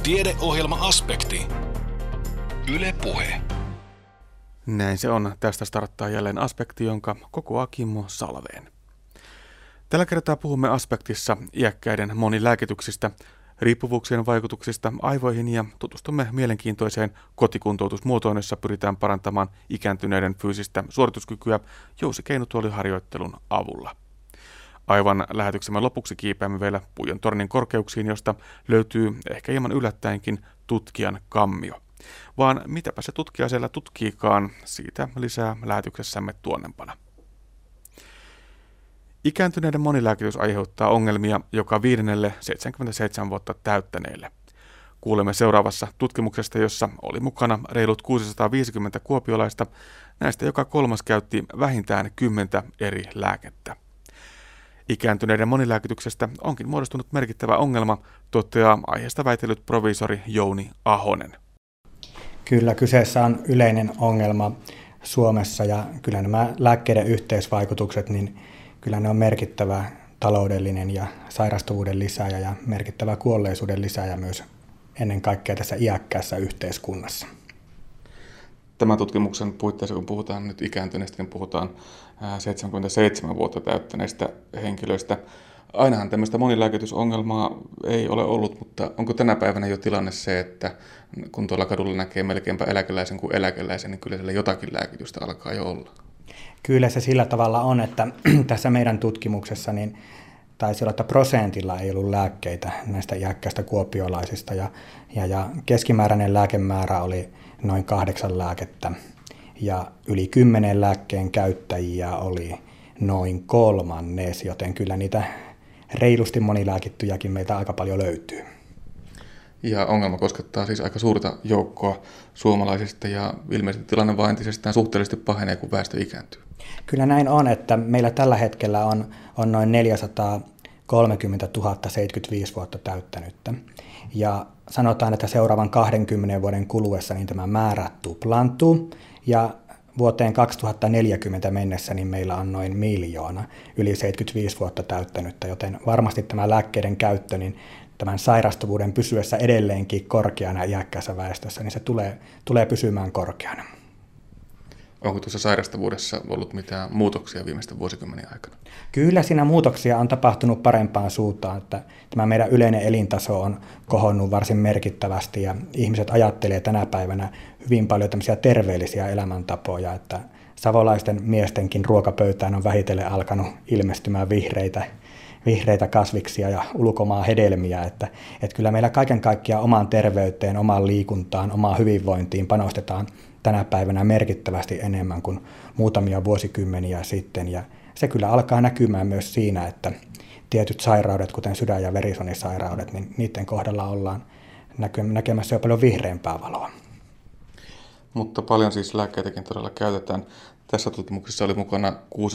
Tiedeohjelma-aspekti. Yle Puhe. Näin se on. Tästä starttaa jälleen aspekti, jonka kokoaa Kimmo Salveen. Tällä kertaa puhumme aspektissa iäkkäiden monilääkityksistä, riippuvuuksien vaikutuksista aivoihin ja tutustumme mielenkiintoiseen kotikuntoutusmuotoon, jossa pyritään parantamaan ikääntyneiden fyysistä suorituskykyä jousikeinutuoliharjoittelun avulla. Aivan lähetyksemme lopuksi kiipeämme vielä Puijon tornin korkeuksiin, josta löytyy ehkä hieman yllättäenkin tutkijan kammio. Vaan mitäpä se tutkija siellä tutkiikaan, siitä lisää lähetyksessämme tuonnempana. Ikääntyneiden monilääkitys aiheuttaa ongelmia joka 77 vuotta täyttäneelle. Kuulemme seuraavassa tutkimuksesta, jossa oli mukana reilut 650 kuopiolaista. Näistä joka kolmas käytti vähintään 10 eri lääkettä. Ikääntyneiden monilääkityksestä onkin muodostunut merkittävä ongelma, toteaa aiheesta väitellyt proviisori Jouni Ahonen. Kyllä, kyseessä on yleinen ongelma Suomessa ja kyllä nämä lääkkeiden yhteisvaikutukset, niin kyllä ne on merkittävä taloudellinen ja sairastuvuuden lisääjä ja merkittävä kuolleisuuden lisääjä myös ennen kaikkea tässä iäkkäässä yhteiskunnassa. Tämän tutkimuksen puitteissa, kun puhutaan nyt ikääntyneistä, niin puhutaan 77 vuotta täyttäneistä henkilöistä. Ainahan tämmöistä monilääkitysongelmaa ei ole ollut, mutta onko tänä päivänä jo tilanne se, että kun tuolla kadulla näkee melkeinpä eläkeläisen kuin eläkeläisen, niin kyllä siellä jotakin lääkitystä alkaa jo olla? Kyllä se sillä tavalla on, että tässä meidän tutkimuksessa niin taisi olla, että prosentilla ei ollut lääkkeitä näistä iäkkäistä kuopiolaisista ja keskimääräinen lääkemäärä oli noin 8 lääkettä ja yli 10 lääkkeen käyttäjiä oli noin 1/3, joten kyllä niitä reilusti monilääkittyjäkin meiltä aika paljon löytyy. Ja ongelma koskettaa siis aika suurta joukkoa suomalaisista ja ilmeisesti tilanne vain entisestään suhteellisesti pahenee, kun väestö ikääntyy. Kyllä näin on, että meillä tällä hetkellä on noin 430 000 75 vuotta täyttänyttä. Ja sanotaan, että seuraavan 20 vuoden kuluessa niin tämä määrä tuplaantuu ja vuoteen 2040 mennessä niin meillä on noin 1 000 000 yli 75 vuotta täyttänyttä, joten varmasti tämä lääkkeiden käyttö, niin tämän sairastuvuuden pysyessä edelleenkin korkeana iäkkäässä väestössä, niin se tulee pysymään korkeana. Onko tuossa sairastavuudessa ollut mitään muutoksia viimeisten vuosikymmenien aikana? Kyllä siinä muutoksia on tapahtunut parempaan suuntaan, että tämä meidän yleinen elintaso on kohonnut varsin merkittävästi ja ihmiset ajattelee tänä päivänä hyvin paljon tämmöisiä terveellisiä elämäntapoja, että savolaisten miestenkin ruokapöytään on vähitellen alkanut ilmestymään vihreitä kasviksia ja ulkomaan hedelmiä, että kyllä meillä kaiken kaikkiaan omaan terveyteen, omaan liikuntaan, omaan hyvinvointiin panostetaan tänä päivänä merkittävästi enemmän kuin muutamia vuosikymmeniä sitten ja se kyllä alkaa näkymään myös siinä, että tietyt sairaudet, kuten sydän- ja verisuonisairaudet, niin niiden kohdalla ollaan näkemässä jo paljon vihreämpää valoa. Mutta paljon siis lääkkeitäkin todella käytetään. Tässä tutkimuksessa oli mukana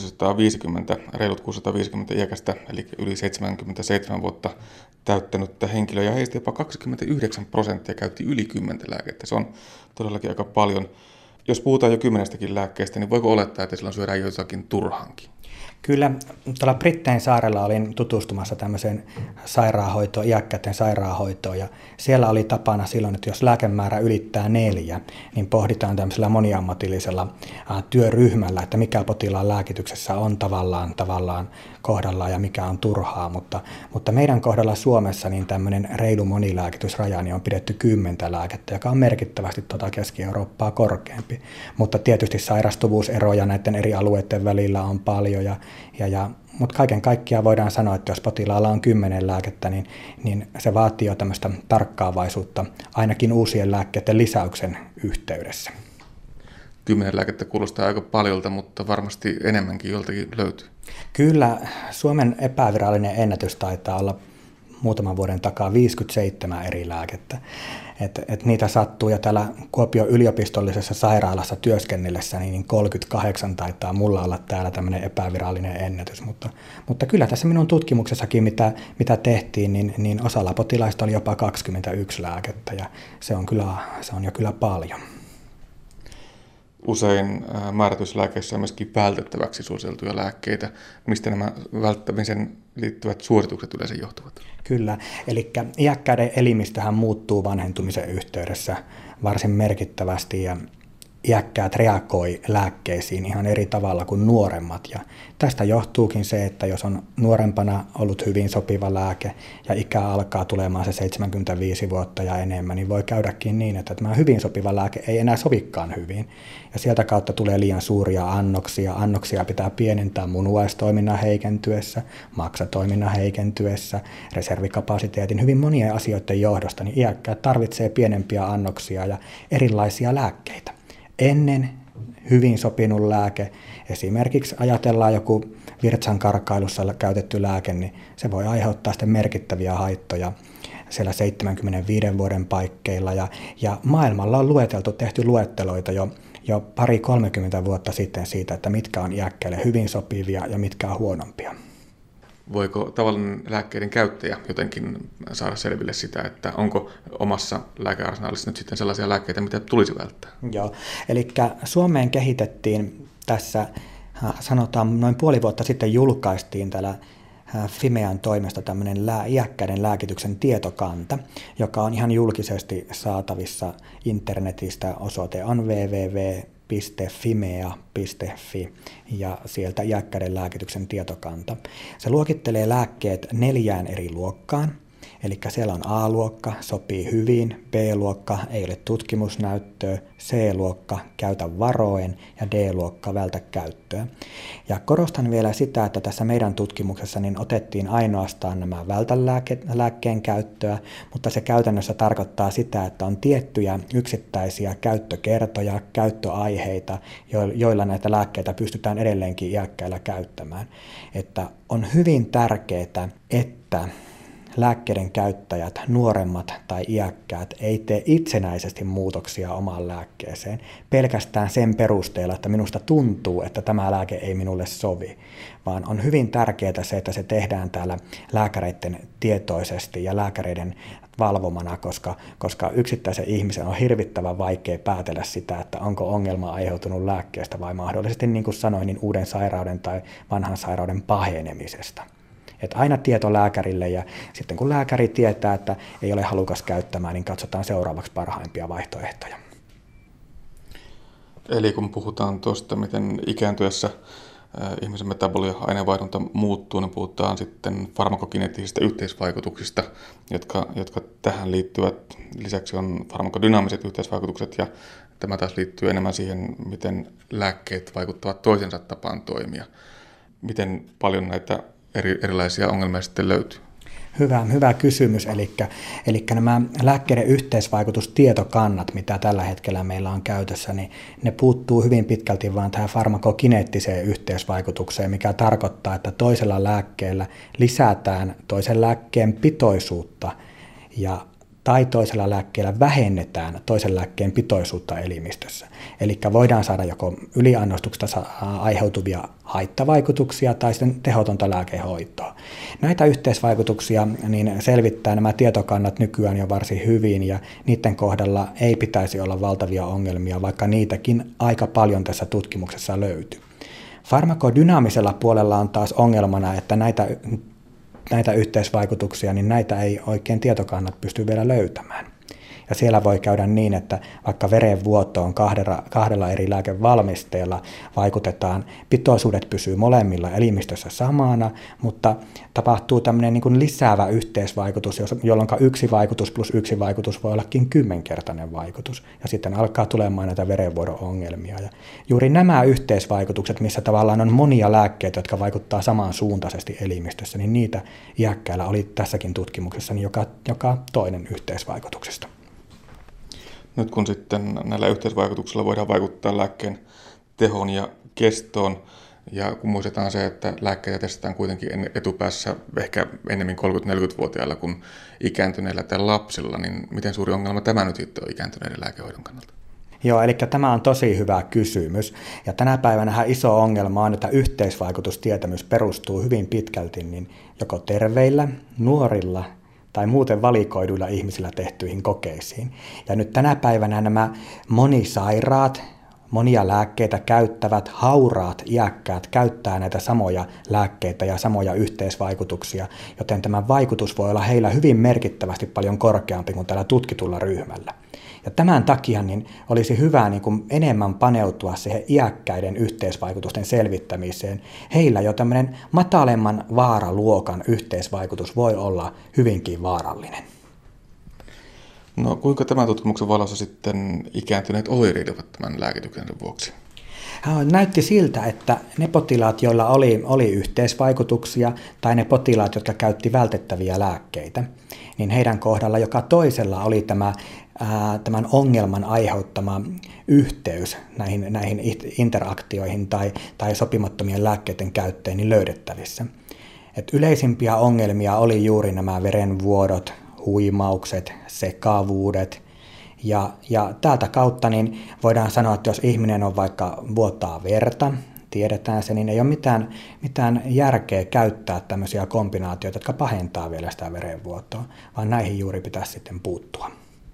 reilut 650 iäkästä, eli yli 77 vuotta täyttänyttä henkilöä, ja heistä jopa 29% käytti yli 10 lääkettä. Se on todellakin aika paljon. Jos puhutaan jo 10 lääkkeestä, niin voiko olettaa, että silloin syödään jotakin turhankin? Kyllä, tuolla Brittein saarella olin tutustumassa tämmöiseen iäkkäiden sairaanhoitoon ja siellä oli tapana silloin, että jos lääkemäärä ylittää 4, niin pohditaan tämmöisellä moniammatillisella työryhmällä, että mikä potilaan lääkityksessä on tavallaan kohdallaan ja mikä on turhaa, mutta meidän kohdalla Suomessa niin tämmöinen reilu monilääkitysraja niin on pidetty 10 lääkettä, joka on merkittävästi Keski-Eurooppaa korkeampi, mutta tietysti sairastuvuuseroja näiden eri alueiden välillä on paljon mutta kaiken kaikkiaan voidaan sanoa, että jos potilaalla on 10 lääkettä, niin se vaatii jo tämmöistä tarkkaavaisuutta ainakin uusien lääkkeiden lisäyksen yhteydessä. 10 lääkettä kuulostaa aika paljolta, mutta varmasti enemmänkin joltakin löytyy. Kyllä, Suomen epävirallinen ennätys taitaa olla muutaman vuoden takaa 57 eri lääkettä. Et niitä sattuu ja täällä Kuopion yliopistollisessa sairaalassa työskennellessä niin 38 taitaa mulla olla täällä tämmöinen epävirallinen ennätys, mutta kyllä tässä minun tutkimuksessakin mitä tehtiin, niin osalla potilaista oli jopa 21 lääkettä ja se on jo kyllä paljon. Usein määrätyslääkeissä on myöskin vältettäväksi suositeltuja lääkkeitä. Mistä nämä välttämisen liittyvät suositukset yleensä johtuvat? Kyllä, eli iäkkäiden elimistöhän muuttuu vanhentumisen yhteydessä varsin merkittävästi ja iäkkäät reagoi lääkkeisiin ihan eri tavalla kuin nuoremmat. Ja tästä johtuukin se, että jos on nuorempana ollut hyvin sopiva lääke ja ikä alkaa tulemaan se 75 vuotta ja enemmän, niin voi käydäkin niin, että tämä hyvin sopiva lääke ei enää sovikaan hyvin. Ja sieltä kautta tulee liian suuria annoksia. Annoksia pitää pienentää munuaistoiminnan heikentyessä, maksatoiminnan heikentyessä, reservikapasiteetin, hyvin monien asioiden johdosta, niin iäkkäät tarvitsee pienempiä annoksia ja erilaisia lääkkeitä. Ennen hyvin sopinut lääke, esimerkiksi ajatellaan joku virtsankarkailussa käytetty lääke, niin se voi aiheuttaa sitten merkittäviä haittoja siellä 75 vuoden paikkeilla. Ja maailmalla on tehty luetteloita jo 30 vuotta sitten siitä, että mitkä on iäkkäille hyvin sopivia ja mitkä on huonompia. Voiko tavallinen lääkkeiden käyttäjä jotenkin saada selville sitä, että onko omassa lääkearsenaalissa nyt sitten sellaisia lääkkeitä, mitä tulisi välttää? Joo, eli Suomeen kehitettiin tässä, sanotaan noin puoli vuotta sitten julkaistiin täällä Fimean toimesta tämmöinen iäkkäiden lääkityksen tietokanta, joka on ihan julkisesti saatavissa internetistä. Osoite on www.fimea.fi ja sieltä iäkkäiden lääkityksen tietokanta. Se luokittelee lääkkeet 4 eri luokkaan. Eli siellä on A-luokka, sopii hyvin, B-luokka, ei ole tutkimusnäyttöä, C-luokka, käytä varoen ja D-luokka, vältä käyttöä. Ja korostan vielä sitä, että tässä meidän tutkimuksessa niin otettiin ainoastaan nämä vältä lääkkeen käyttöä, mutta se käytännössä tarkoittaa sitä, että on tiettyjä yksittäisiä käyttökertoja, käyttöaiheita, joilla näitä lääkkeitä pystytään edelleenkin iäkkäillä käyttämään. Että on hyvin tärkeää, että lääkkeiden käyttäjät, nuoremmat tai iäkkäät, ei tee itsenäisesti muutoksia omaan lääkkeeseen pelkästään sen perusteella, että minusta tuntuu, että tämä lääke ei minulle sovi, vaan on hyvin tärkeää se, että se tehdään täällä lääkäreiden tietoisesti ja lääkäreiden valvomana, koska yksittäisen ihmisen on hirvittävän vaikea päätellä sitä, että onko ongelma aiheutunut lääkkeestä vai mahdollisesti, niin kuin sanoin, niin uuden sairauden tai vanhan sairauden pahenemisesta. Että aina tieto lääkärille ja sitten kun lääkäri tietää, että ei ole halukas käyttämään, niin katsotaan seuraavaksi parhaimpia vaihtoehtoja. Eli kun puhutaan tuosta, miten ikääntyessä ihmisen metaboli- ja aineenvaihdunta muuttuu, niin puhutaan sitten farmakokineettisistä yhteisvaikutuksista, jotka tähän liittyvät. Lisäksi on farmakodynaamiset yhteisvaikutukset ja tämä taas liittyy enemmän siihen, miten lääkkeet vaikuttavat toisensa tapaan toimia. Miten paljon näitä erilaisia ongelmia sitten löytyy? Hyvä kysymys. Eli nämä lääkkeiden yhteisvaikutustietokannat, mitä tällä hetkellä meillä on käytössä, niin ne puuttuu hyvin pitkälti vaan tähän farmakokineettiseen yhteisvaikutukseen, mikä tarkoittaa, että toisella lääkkeellä lisätään toisen lääkkeen pitoisuutta tai toisella lääkkeellä vähennetään toisen lääkkeen pitoisuutta elimistössä. Eli voidaan saada joko yliannostuksesta aiheutuvia haittavaikutuksia tai sitten tehotonta lääkehoitoa. Näitä yhteisvaikutuksia niin selvittää nämä tietokannat nykyään jo varsin hyvin ja niiden kohdalla ei pitäisi olla valtavia ongelmia, vaikka niitäkin aika paljon tässä tutkimuksessa löytyy. Farmakodynaamisella puolella on taas ongelmana, että näitä yhteisvaikutuksia, niin näitä ei oikein tietokannat pysty vielä löytämään. Ja siellä voi käydä niin, että vaikka verenvuotoon kahdella eri lääkevalmisteella vaikutetaan, pitoisuudet pysyy molemmilla elimistössä samana, mutta tapahtuu tämmöinen niin kuin lisäävä yhteisvaikutus, jolloin yksi vaikutus plus yksi vaikutus voi ollakin 10-kertainen vaikutus. Ja sitten alkaa tulemaan näitä verenvuodon ongelmia. Ja juuri nämä yhteisvaikutukset, missä tavallaan on monia lääkkeitä, jotka vaikuttaa samansuuntaisesti elimistössä, niin niitä iäkkäillä oli tässäkin tutkimuksessa niin joka toinen yhteisvaikutuksesta. Nyt kun sitten näillä yhteisvaikutuksilla voidaan vaikuttaa lääkkeen tehoon ja kestoon, ja kun muistetaan se, että lääkkeitä testataan kuitenkin etupäässä ehkä enemmän 30-40-vuotiailla kuin ikääntyneillä tai lapsilla, niin miten suuri ongelma tämä nyt sitten on ikääntyneiden lääkehoidon kannalta? Joo, eli tämä on tosi hyvä kysymys. Ja tänä päivänä iso ongelma on, että yhteisvaikutustietämys perustuu hyvin pitkälti niin joko terveillä, nuorilla tai muuten valikoiduilla ihmisillä tehtyihin kokeisiin. Ja nyt tänä päivänä nämä monisairaat, monia lääkkeitä käyttävät hauraat iäkkäät käyttää näitä samoja lääkkeitä ja samoja yhteisvaikutuksia, joten tämä vaikutus voi olla heillä hyvin merkittävästi paljon korkeampi kuin tällä tutkitulla ryhmällä. Ja tämän takia niin olisi hyvä niin kuin enemmän paneutua siihen iäkkäiden yhteisvaikutusten selvittämiseen. Heillä jo tämmöinen matalemman vaaraluokan yhteisvaikutus voi olla hyvinkin vaarallinen. No kuinka tämän tutkimuksen valossa sitten ikääntyneet oireilevat tämän lääkityksen vuoksi? Näytti siltä, että ne potilaat, joilla oli yhteisvaikutuksia tai ne potilaat, jotka käytti vältettäviä lääkkeitä, niin heidän kohdalla joka toisella oli tämän ongelman aiheuttama yhteys näihin interaktioihin tai sopimattomien lääkkeiden käyttöön niin löydettävissä. Et yleisimpiä ongelmia oli juuri nämä verenvuodot, huimaukset, sekavuudet. Ja täältä kautta niin voidaan sanoa, että jos ihminen on vaikka vuotaa verta, tiedetään se, niin ei ole mitään järkeä käyttää tämmöisiä kombinaatioita, jotka pahentaa vielä sitä verenvuotoa, vaan näihin juuri pitäisi sitten puuttua.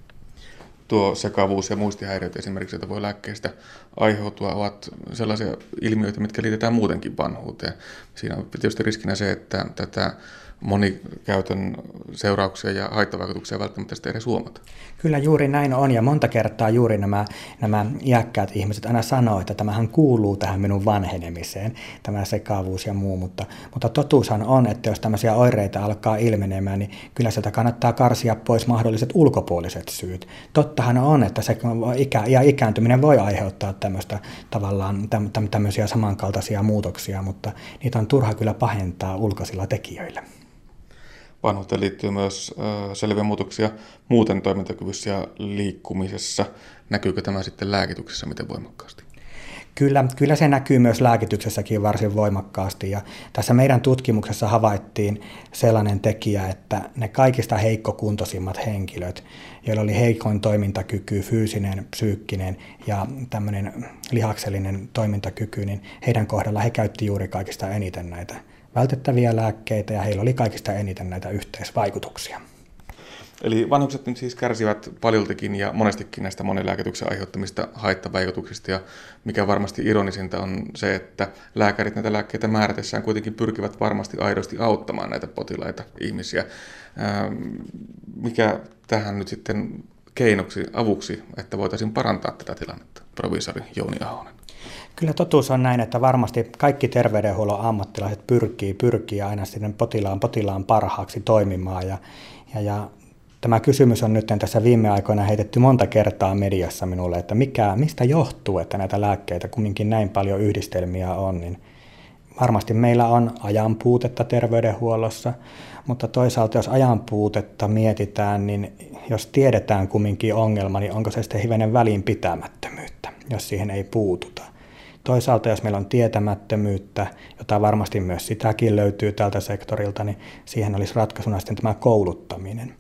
Tuo sekavuus ja muistihäiriöt esimerkiksi, joita voi lääkkeistä aiheutua, ovat sellaisia ilmiöitä, mitkä liitetään muutenkin vanhuuteen. Siinä on tietysti riskinä se, että tätä monikäytön seurauksia ja haittavaikutuksia välttämättä sitten edes huomata. Kyllä juuri näin on, ja monta kertaa juuri nämä iäkkäät ihmiset aina sanoo, että tämähän kuuluu tähän minun vanhenemiseen, tämä sekavuus ja muu, mutta totuushan on, että jos tämmöisiä oireita alkaa ilmenemään, niin kyllä sieltä kannattaa karsia pois mahdolliset ulkopuoliset syyt. Tottahan on, että se ikääntyminen voi aiheuttaa tämmöisiä samankaltaisia muutoksia, mutta niitä on turha kyllä pahentaa ulkoisilla tekijöillä. Vanhuuteen liittyy myös selviä muutoksia muuten toimintakyvyssä ja liikkumisessa. Näkyykö tämä sitten lääkityksessä miten voimakkaasti? Kyllä se näkyy myös lääkityksessäkin varsin voimakkaasti, ja tässä meidän tutkimuksessa havaittiin sellainen tekijä, että ne kaikista heikkokuntoisimmat henkilöt, joilla oli heikoin toimintakyky, fyysinen, psyykkinen ja tämmöinen lihaksellinen toimintakyky, niin heidän kohdalla he käytti juuri kaikista eniten näitä vältettäviä lääkkeitä, ja heillä oli kaikista eniten näitä yhteisvaikutuksia. Eli vanhukset nyt siis kärsivät paljoltikin ja monestikin näistä monilääkityksen aiheuttamista haittavaikutuksista, ja mikä varmasti ironisinta on se, että lääkärit näitä lääkkeitä määrätessään kuitenkin pyrkivät varmasti aidosti auttamaan näitä potilaita ihmisiä. Mikä tähän nyt sitten keinoksi, avuksi, että voitaisiin parantaa tätä tilannetta, proviisori Jouni Ahonen? Kyllä totuus on näin, että varmasti kaikki terveydenhuollon ammattilaiset pyrkii aina sinne potilaan parhaaksi toimimaan. Ja tämä kysymys on nyt tässä viime aikoina heitetty monta kertaa mediassa minulle, että mistä johtuu, että näitä lääkkeitä kumminkin näin paljon yhdistelmiä on. Niin varmasti meillä on ajanpuutetta terveydenhuollossa, mutta toisaalta jos ajanpuutetta mietitään, niin jos tiedetään kumminkin ongelma, niin onko se sitten hivenen välinpitämättömyyttä, jos siihen ei puututa. Toisaalta jos meillä on tietämättömyyttä, jota varmasti myös sitäkin löytyy tältä sektorilta, niin siihen olisi ratkaisuna sitten tämä kouluttaminen.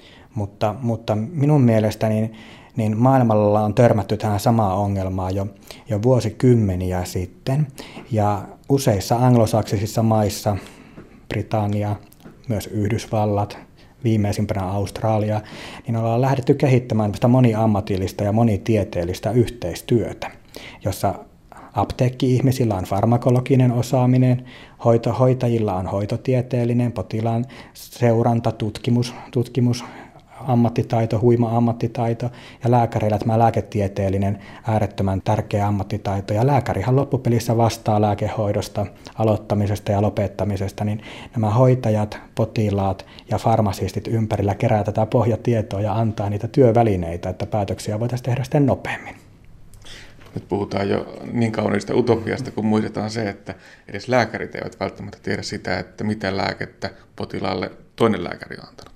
Mutta minun mielestäni niin maailmalla on törmätty tähän samaan ongelmaan jo vuosikymmeniä sitten. Ja useissa anglosaksisissa maissa, Britannia, myös Yhdysvallat, viimeisimpänä Australia, niin ollaan lähdetty kehittämään moniammatillista ja monitieteellistä yhteistyötä, jossa apteekki-ihmisillä on farmakologinen osaaminen, hoitajilla on hoitotieteellinen, potilaan seuranta, tutkimus, ammattitaito, huima ammattitaito, ja lääkäreillä tämä lääketieteellinen äärettömän tärkeä ammattitaito. Ja lääkärihan loppupelissä vastaa lääkehoidosta, aloittamisesta ja lopettamisesta, niin nämä hoitajat, potilaat ja farmasistit ympärillä kerää tätä pohjatietoa ja antaa niitä työvälineitä, että päätöksiä voitaisiin tehdä sitten nopeammin. Nyt puhutaan jo niin kauniista utopiasta, kun muistetaan se, että edes lääkärit eivät välttämättä tiedä sitä, että mitä lääkettä potilaalle toinen lääkäri on antanut.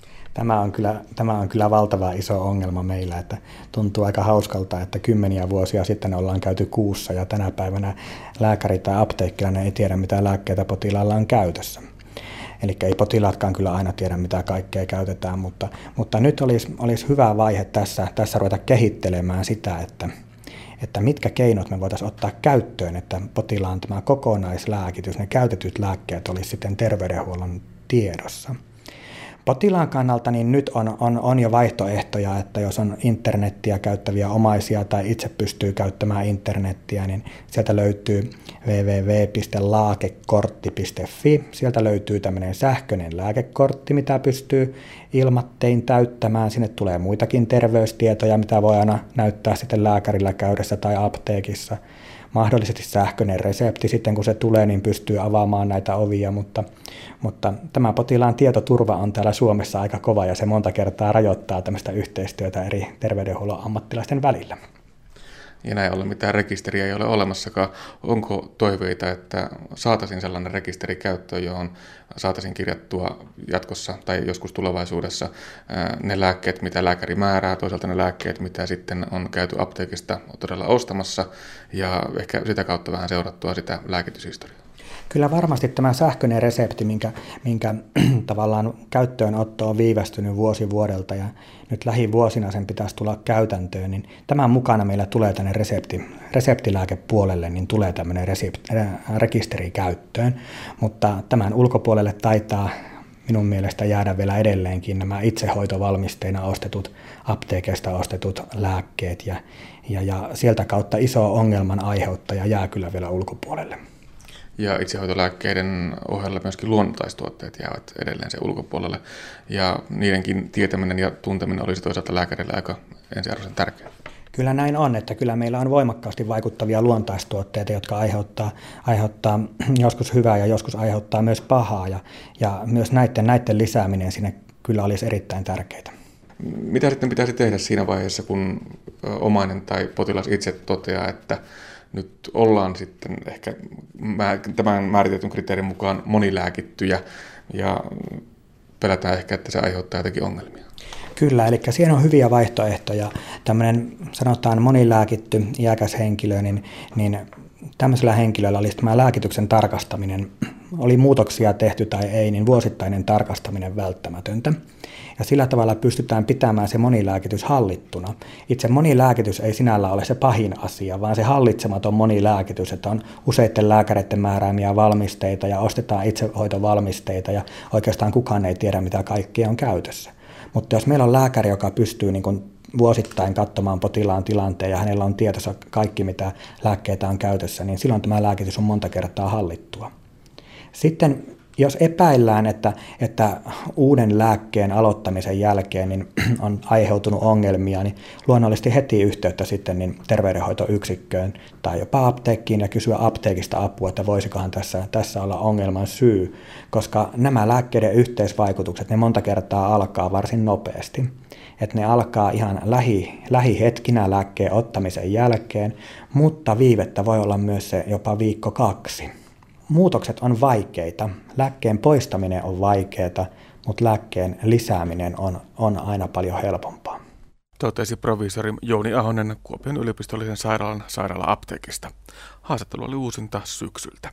Tämä on kyllä valtava iso ongelma meillä, että tuntuu aika hauskalta, että kymmeniä vuosia sitten ollaan käyty kuussa ja tänä päivänä lääkäri tai apteekkilainen ei tiedä, mitä lääkkeitä potilaalla on käytössä. Eli ei potilaatkaan kyllä aina tiedä, mitä kaikkea käytetään, mutta nyt olisi hyvä vaihe tässä ruveta kehittelemään sitä, että mitkä keinot me voitaisiin ottaa käyttöön, että potilaan tämä kokonaislääkitys, ne käytetyt lääkkeet olisi sitten terveydenhuollon tiedossa. Potilaan kannalta niin nyt on jo vaihtoehtoja, että jos on internettiä käyttäviä omaisia tai itse pystyy käyttämään internettiä, niin sieltä löytyy www.laakekortti.fi. Sieltä löytyy tämmöinen sähköinen lääkekortti, mitä pystyy ilmattein täyttämään. Sinne tulee muitakin terveystietoja, mitä voi aina näyttää sitten lääkärillä käydessä tai apteekissa. Mahdollisesti sähköinen resepti sitten, kun se tulee, niin pystyy avaamaan näitä ovia, mutta tämä potilaan tietoturva on täällä Suomessa aika kova ja se monta kertaa rajoittaa tämmöistä yhteistyötä eri terveydenhuollon ammattilaisten välillä. Ja näin ollen mitään rekisteriä ei ole olemassakaan. Onko toiveita, että saataisiin sellainen rekisteri käyttöön, johon saataisiin kirjattua jatkossa tai joskus tulevaisuudessa ne lääkkeet, mitä lääkäri määrää, toisaalta ne lääkkeet, mitä sitten on käyty apteekista todella ostamassa, ja ehkä sitä kautta vähän seurattua sitä lääkityshistoriaa? Kyllä varmasti tämä sähköinen resepti, minkä tavallaan käyttöönotto on viivästynyt vuosi vuodelta ja nyt lähivuosina sen pitäisi tulla käytäntöön, niin tämän mukana meillä tulee tänne reseptilääkepuolelle, niin tulee tämmöinen rekisteri käyttöön, mutta tämän ulkopuolelle taitaa minun mielestä jäädä vielä edelleenkin nämä itsehoitovalmisteina ostetut, apteekista ostetut lääkkeet ja sieltä kautta iso ongelman aiheuttaja jää kyllä vielä ulkopuolelle. Ja itsehoitolääkkeiden ohella myöskin luonnontaistuotteet jäävät edelleen sen ulkopuolelle. Ja niidenkin tietäminen ja tunteminen olisi toisaalta lääkärille aika ensiarvoisen tärkeää. Kyllä näin on, että kyllä meillä on voimakkaasti vaikuttavia luontaistuotteita, jotka aiheuttaa joskus hyvää ja joskus aiheuttaa myös pahaa. Ja myös näiden lisääminen sinne kyllä olisi erittäin tärkeää. Mitä sitten pitäisi tehdä siinä vaiheessa, kun omainen tai potilas itse toteaa, että nyt ollaan sitten ehkä tämän määritetyn kriteerin mukaan monilääkittyjä ja pelätään ehkä, että se aiheuttaa jotakin ongelmia? Kyllä, eli siinä on hyviä vaihtoehtoja. Tämmöinen sanotaan monilääkitty iäkäs henkilö, niin tämmöisellä henkilöllä olisi tämä lääkityksen tarkastaminen, oli muutoksia tehty tai ei, niin vuosittainen tarkastaminen välttämätöntä. Ja sillä tavalla pystytään pitämään se monilääkitys hallittuna. Itse monilääkitys ei sinällä ole se pahin asia, vaan se hallitsematon monilääkitys, että on useiden lääkäreiden määräämiä valmisteita ja ostetaan itsehoitovalmisteita ja oikeastaan kukaan ei tiedä, mitä kaikkea on käytössä. Mutta jos meillä on lääkäri, joka pystyy niin kuin vuosittain katsomaan potilaan tilanteen ja hänellä on tietossa kaikki, mitä lääkkeitä on käytössä, niin silloin tämä lääkitys on monta kertaa hallittua. Sitten jos epäillään, että uuden lääkkeen aloittamisen jälkeen niin on aiheutunut ongelmia, niin luonnollisesti heti yhteyttä sitten niin terveydenhoitoyksikköön tai jopa apteekkiin ja kysyä apteekista apua, että voisikohan tässä olla ongelman syy, koska nämä lääkkeiden yhteisvaikutukset, ne monta kertaa alkaa varsin nopeasti. Että ne alkaa ihan lähihetkinä lääkkeen ottamisen jälkeen, mutta viivettä voi olla myös se jopa 1-2. Muutokset on vaikeita. Lääkkeen poistaminen on vaikeaa, mutta lääkkeen lisääminen on aina paljon helpompaa. Totesi proviisori Jouni Ahonen Kuopion yliopistollisen sairaalan sairaala-apteekista. Haastattelu oli uusinta syksyltä.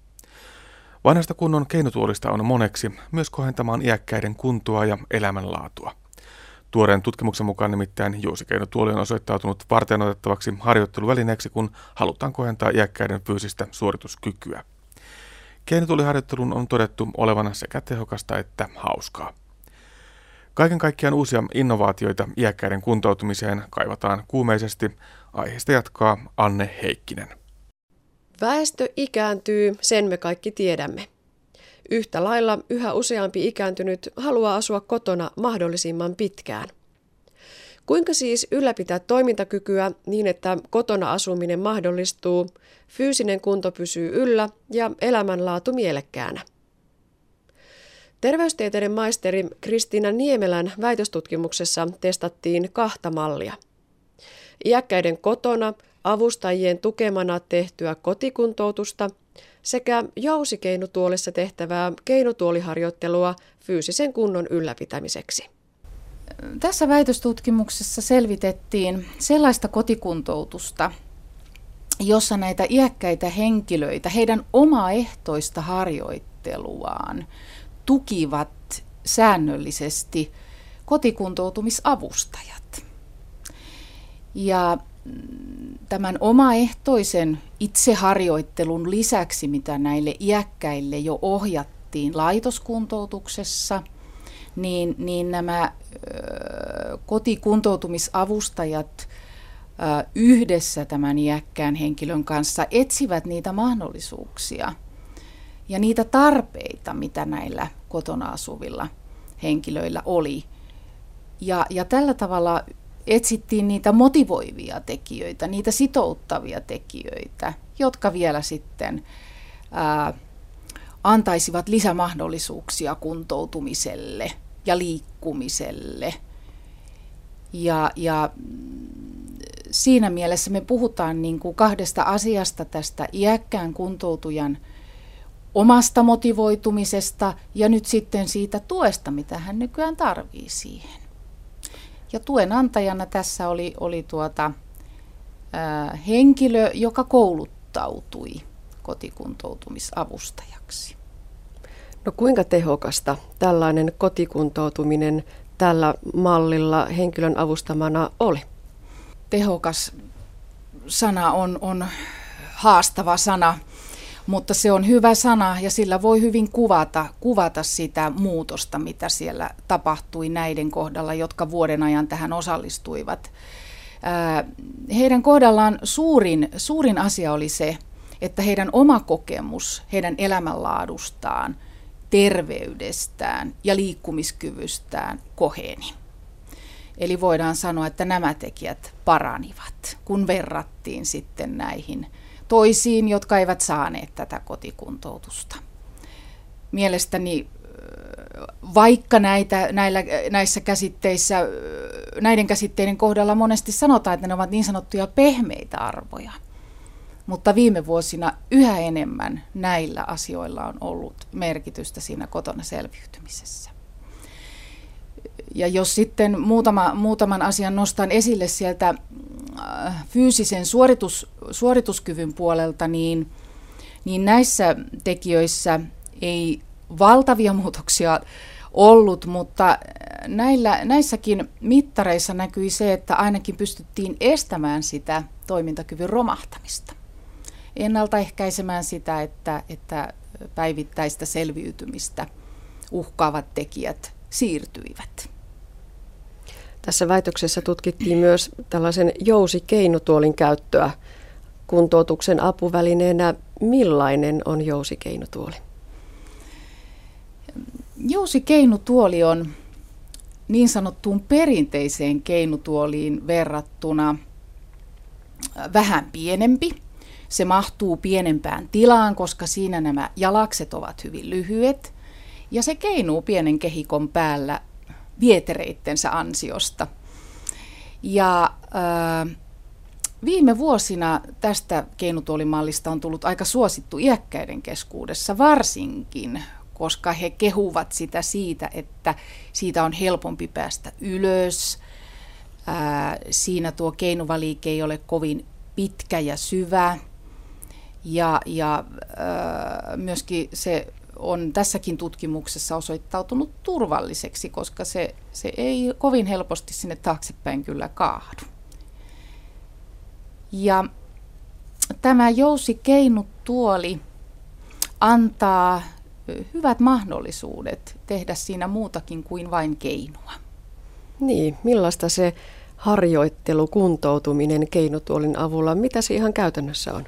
Vanhasta kunnon keinotuolista on moneksi myös kohentamaan iäkkäiden kuntoa ja elämänlaatua. Tuoreen tutkimuksen mukaan nimittäin juusikeinotuoli on osoittautunut varteenotettavaksi harjoitteluvälineeksi, kun halutaan kohentaa iäkkäiden fyysistä suorituskykyä. Keinotuoliharjoittelun on todettu olevan sekä tehokasta että hauskaa. Kaiken kaikkiaan uusia innovaatioita iäkkäiden kuntoutumiseen kaivataan kuumeisesti. Aiheesta jatkaa Anne Heikkinen. Väestö ikääntyy, sen me kaikki tiedämme. Yhtä lailla yhä useampi ikääntynyt haluaa asua kotona mahdollisimman pitkään. Kuinka siis ylläpitää toimintakykyä niin, että kotona asuminen mahdollistuu, fyysinen kunto pysyy yllä ja elämänlaatu mielekkäänä? Terveystieteiden maisteri Kristiina Niemelän väitöstutkimuksessa testattiin 2 mallia. Iäkkäiden kotona avustajien tukemana tehtyä kotikuntoutusta sekä jousikeinotuolissa tehtävää keinotuoliharjoittelua fyysisen kunnon ylläpitämiseksi. Tässä väitöstutkimuksessa selvitettiin sellaista kotikuntoutusta, jossa näitä iäkkäitä henkilöitä, heidän omaehtoista harjoitteluaan tukivat säännöllisesti kotikuntoutumisavustajat. Ja tämän omaehtoisen itseharjoittelun lisäksi, mitä näille iäkkäille jo ohjattiin laitoskuntoutuksessa, niin nämä kotikuntoutumisavustajat yhdessä tämän iäkkään henkilön kanssa etsivät niitä mahdollisuuksia ja niitä tarpeita, mitä näillä kotona asuvilla henkilöillä oli. Ja tällä tavalla etsittiin niitä motivoivia tekijöitä, niitä sitouttavia tekijöitä, jotka vielä sitten antaisivat lisämahdollisuuksia kuntoutumiselle ja liikkumiselle. Ja siinä mielessä me puhutaan niin kuin kahdesta asiasta, tästä iäkkään kuntoutujan omasta motivoitumisesta ja nyt sitten siitä tuesta, mitä hän nykyään tarvitsee siihen. Ja tuen antajana tässä oli henkilö, joka kouluttautui kotikuntoutumisavustajaksi. No kuinka tehokasta tällainen kotikuntoutuminen tällä mallilla henkilön avustamana oli? Tehokas sana on haastava sana, mutta se on hyvä sana ja sillä voi hyvin kuvata sitä muutosta, mitä siellä tapahtui näiden kohdalla, jotka vuoden ajan tähän osallistuivat. Heidän kohdallaan suurin asia oli se, että heidän oma kokemus heidän elämänlaadustaan, terveydestään ja liikkumiskyvystään koheni. Eli voidaan sanoa, että nämä tekijät paranivat, kun verrattiin sitten näihin toisiin, jotka eivät saaneet tätä kotikuntoutusta. Mielestäni vaikka näissä käsitteissä, näiden käsitteiden kohdalla monesti sanotaan, että ne ovat niin sanottuja pehmeitä arvoja, mutta viime vuosina yhä enemmän näillä asioilla on ollut merkitystä siinä kotona selviytymisessä. Ja jos sitten muutaman asian nostan esille sieltä fyysisen suorituskyvyn puolelta, niin näissä tekijöissä ei valtavia muutoksia ollut, mutta näissäkin mittareissa näkyi se, että ainakin pystyttiin estämään sitä toimintakyvyn romahtamista. Ennaltaehkäisemään sitä, että päivittäistä selviytymistä uhkaavat tekijät siirtyivät. Tässä väitöksessä tutkittiin myös tällaisen jousikeinutuolin käyttöä kuntoutuksen apuvälineenä. Millainen on jousikeinutuoli? Jousikeinutuoli on niin sanottuun perinteiseen keinutuoliin verrattuna vähän pienempi. Se mahtuu pienempään tilaan, koska siinä nämä jalakset ovat hyvin lyhyet. Ja se keinuu pienen kehikon päällä vietereittensä ansiosta. Ja viime vuosina tästä keinutuolimallista on tullut aika suosittu iäkkäiden keskuudessa varsinkin, koska he kehuvat sitä siitä, että siitä on helpompi päästä ylös. Siinä tuo keinuva liike ei ole kovin pitkä ja syvä. Ja myöskin se on tässäkin tutkimuksessa osoittautunut turvalliseksi, koska se ei kovin helposti sinne taaksepäin kyllä kaahdu. Ja tämä jousikeinutuoli antaa hyvät mahdollisuudet tehdä siinä muutakin kuin vain keinua. Niin, millaista se harjoittelu, kuntoutuminen keinutuolin avulla, mitä se ihan käytännössä on?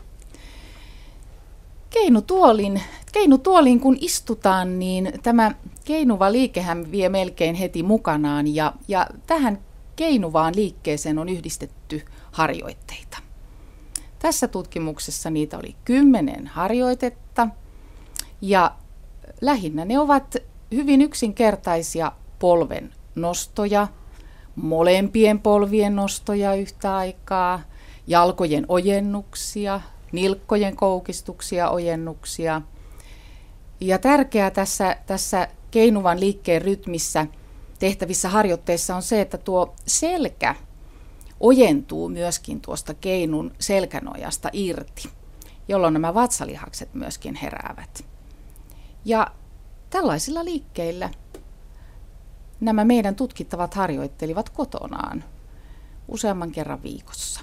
Keinutuoliin kun istutaan, niin tämä keinuva liikehän vie melkein heti mukanaan ja tähän keinuvaan liikkeeseen on yhdistetty harjoitteita. Tässä tutkimuksessa niitä oli 10 harjoitetta ja lähinnä ne ovat hyvin yksinkertaisia polven nostoja, molempien polvien nostoja yhtä aikaa, jalkojen ojennuksia, nilkkojen koukistuksia, ojennuksia. Ja tärkeää tässä keinuvan liikkeen rytmissä tehtävissä harjoitteissa on se, että tuo selkä ojentuu myöskin tuosta keinun selkänojasta irti, jolloin nämä vatsalihakset myöskin heräävät. Ja tällaisilla liikkeillä nämä meidän tutkittavat harjoittelivat kotonaan useamman kerran viikossa.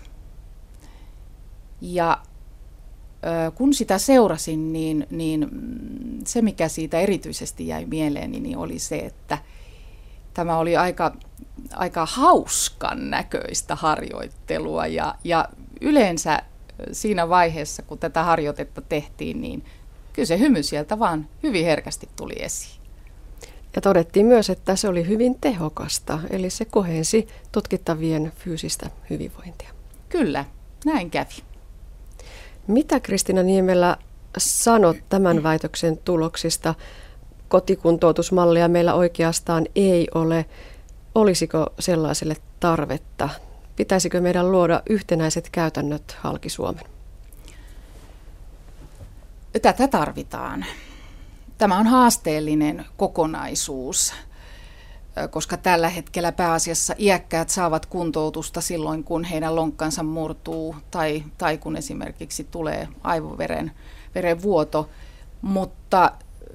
Ja kun sitä seurasin, niin se mikä siitä erityisesti jäi mieleeni, niin oli se, että tämä oli aika hauskan näköistä harjoittelua ja yleensä siinä vaiheessa, kun tätä harjoitetta tehtiin, niin kyllä se hymy sieltä vaan hyvin herkästi tuli esiin. Ja todettiin myös, että se oli hyvin tehokasta, eli se kohensi tutkittavien fyysistä hyvinvointia. Kyllä, näin kävi. Mitä Kristiina Niemelä sanot tämän väitöksen tuloksista? Kotikuntoutusmallia meillä oikeastaan ei ole. Olisiko sellaiselle tarvetta? Pitäisikö meidän luoda yhtenäiset käytännöt halki Suomen? Tätä tarvitaan. Tämä on haasteellinen kokonaisuus, koska tällä hetkellä pääasiassa iäkkäät saavat kuntoutusta silloin, kun heidän lonkkansa murtuu tai kun esimerkiksi tulee aivoverenvuoto, mutta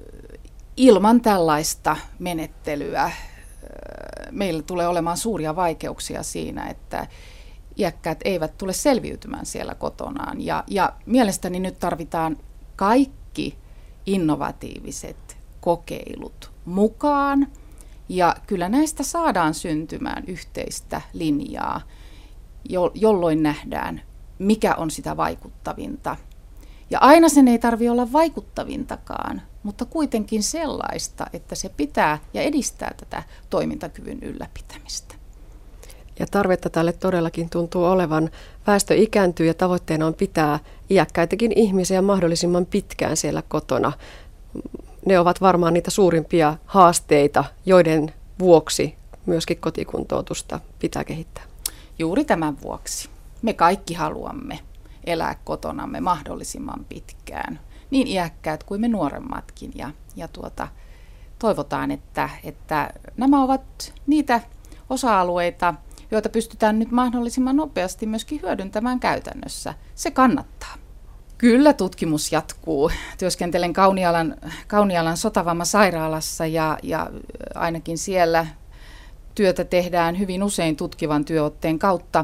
ilman tällaista menettelyä meillä tulee olemaan suuria vaikeuksia siinä, että iäkkäät eivät tule selviytymään siellä kotonaan. Ja mielestäni nyt tarvitaan kaikki innovatiiviset kokeilut mukaan, ja kyllä näistä saadaan syntymään yhteistä linjaa, jolloin nähdään, mikä on sitä vaikuttavinta. Ja aina sen ei tarvitse olla vaikuttavintakaan, mutta kuitenkin sellaista, että se pitää ja edistää tätä toimintakyvyn ylläpitämistä. Ja tarvetta tälle todellakin tuntuu olevan. Väestö ikääntyy ja tavoitteena on pitää iäkkäitäkin ihmisiä mahdollisimman pitkään siellä kotona. Ne ovat varmaan niitä suurimpia haasteita, joiden vuoksi myöskin kotikuntoutusta pitää kehittää. Juuri tämän vuoksi. Me kaikki haluamme elää kotonamme mahdollisimman pitkään, niin iäkkäät kuin me nuoremmatkin. Ja toivotaan, että nämä ovat niitä osa-alueita, joita pystytään nyt mahdollisimman nopeasti myöskin hyödyntämään käytännössä. Se kannattaa. Kyllä tutkimus jatkuu. Työskentelen Kaunialan Sotavammasairaalassa ja ainakin siellä työtä tehdään hyvin usein tutkivan työotteen kautta.